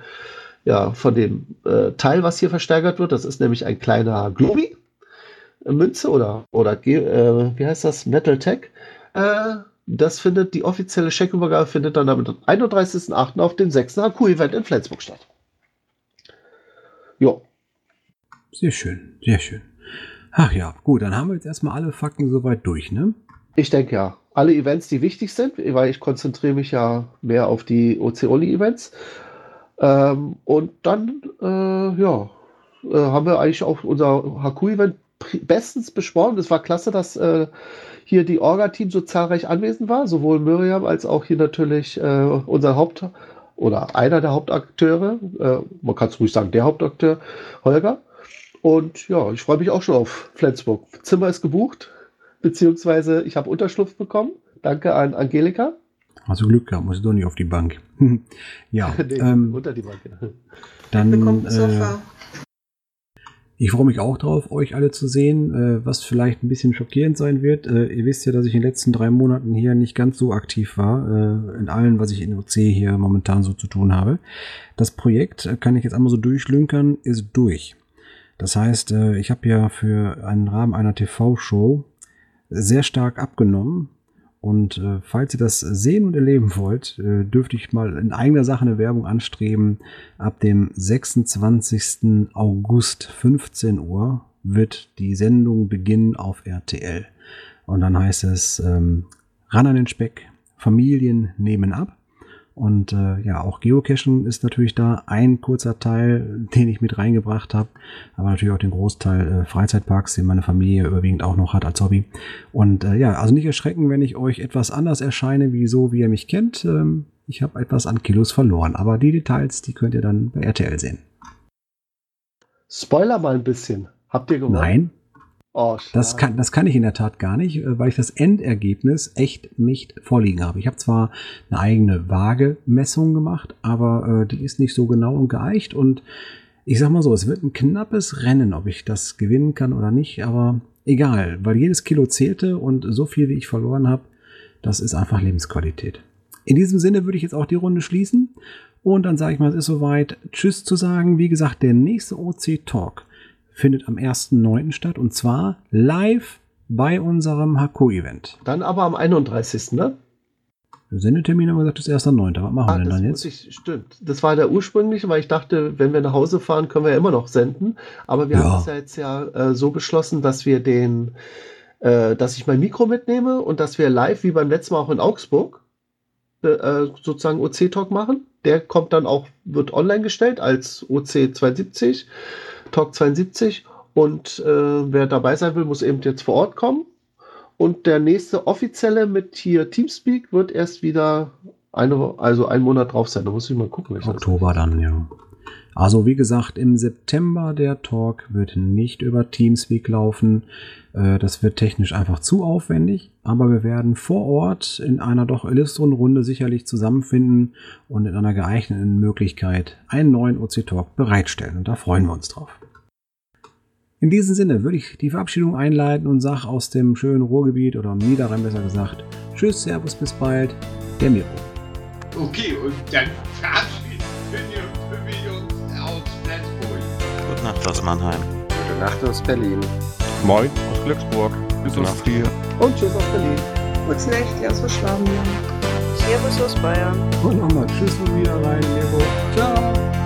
Teil, was hier versteigert wird, das ist nämlich ein kleiner Globi. Münze oder wie heißt das? Metal Tech. Die offizielle Scheckübergabe findet dann am 31.08. auf dem 6. HQ-Event in Flensburg statt. Jo. Sehr schön, sehr schön. Ach ja, gut, dann haben wir jetzt erstmal alle Fakten soweit durch, ne? Ich denke ja. Alle Events, die wichtig sind, weil ich konzentriere mich ja mehr auf die OC-Only-Events. Und dann, haben wir eigentlich auch unser HQ-Event bestens besprochen. Es war klasse, dass hier die Orga-Team so zahlreich anwesend war, sowohl Miriam als auch hier natürlich unser einer der Hauptakteure, man kann es ruhig sagen, der Hauptakteur, Holger. Und ja, ich freue mich auch schon auf Flensburg. Zimmer ist gebucht, beziehungsweise ich habe Unterschlupf bekommen. Danke an Angelika. Hast du Glück gehabt, musst du doch nicht auf die Bank. Ja, Nee, unter die Bank. dann ich freue mich auch drauf, euch alle zu sehen, was vielleicht ein bisschen schockierend sein wird. Ihr wisst ja, dass ich in den letzten 3 Monaten hier nicht ganz so aktiv war, in allem, was ich in OC hier momentan so zu tun habe. Das Projekt, kann ich jetzt einmal so durchlünkern, ist durch. Das heißt, ich habe ja für einen Rahmen einer TV-Show sehr stark abgenommen. Und falls ihr das sehen und erleben wollt, dürfte ich mal in eigener Sache eine Werbung anstreben. Ab dem 26. August 15 Uhr wird die Sendung beginnen auf RTL. Und dann heißt es, ran an den Speck, Familien nehmen ab. Und ja, auch Geocachen ist natürlich da ein kurzer Teil, den ich mit reingebracht habe, aber natürlich auch den Großteil Freizeitparks, den meine Familie überwiegend auch noch hat als Hobby. Und ja, also nicht erschrecken, wenn ich euch etwas anders erscheine, wie ihr mich kennt. Ich habe etwas an Kilos verloren, aber die Details, die könnt ihr dann bei RTL sehen. Spoiler mal ein bisschen. Habt ihr gewonnen? Nein. Oh, das kann ich in der Tat gar nicht, weil ich das Endergebnis echt nicht vorliegen habe. Ich habe zwar eine eigene Waagemessung gemacht, aber die ist nicht so genau und geeicht. Und ich sag mal so, es wird ein knappes Rennen, ob ich das gewinnen kann oder nicht. Aber egal, weil jedes Kilo zählte und so viel, wie ich verloren habe, das ist einfach Lebensqualität. In diesem Sinne würde ich jetzt auch die Runde schließen. Und dann sage ich mal, es ist soweit, Tschüss zu sagen. Wie gesagt, der nächste OC Talk findet am 1.9. statt und zwar live bei unserem HQ-Event. Dann aber am 31. ne? Der Sendetermin haben wir gesagt, ist 1.9. Was machen wir denn dann jetzt? Stimmt. Das war der ursprüngliche, weil ich dachte, wenn wir nach Hause fahren, können wir ja immer noch senden. Aber wir haben es ja jetzt so beschlossen, dass wir dass ich mein Mikro mitnehme und dass wir live, wie beim letzten Mal auch in Augsburg, sozusagen OC-Talk machen. Der kommt dann auch, wird online gestellt als OC 72. Talk 72 und wer dabei sein will, muss eben jetzt vor Ort kommen. Und der nächste offizielle mit hier Teamspeak wird erst wieder einen Monat drauf sein. Da muss ich mal gucken. Oktober dann, ja. Also wie gesagt, im September der Talk wird nicht über Teamspeak laufen. Das wird technisch einfach zu aufwendig. Aber wir werden vor Ort in einer doch illustren Runde sicherlich zusammenfinden und in einer geeigneten Möglichkeit einen neuen OC Talk bereitstellen. Und da freuen wir uns drauf. In diesem Sinne würde ich die Verabschiedung einleiten und sage aus dem schönen Ruhrgebiet oder Niederrhein besser gesagt, tschüss, servus, bis bald, der Miro. Okay, und dann verabschieden wir uns aus Flensburg. Gute Nacht aus Mannheim. Gute Nacht aus Berlin. Moin aus Glücksburg. Bis aus Trier. Und tschüss aus Berlin. Gute Nacht aus Schwaben. Servus aus Bayern. Und nochmal tschüss von Niederrhein, Miro. Ciao.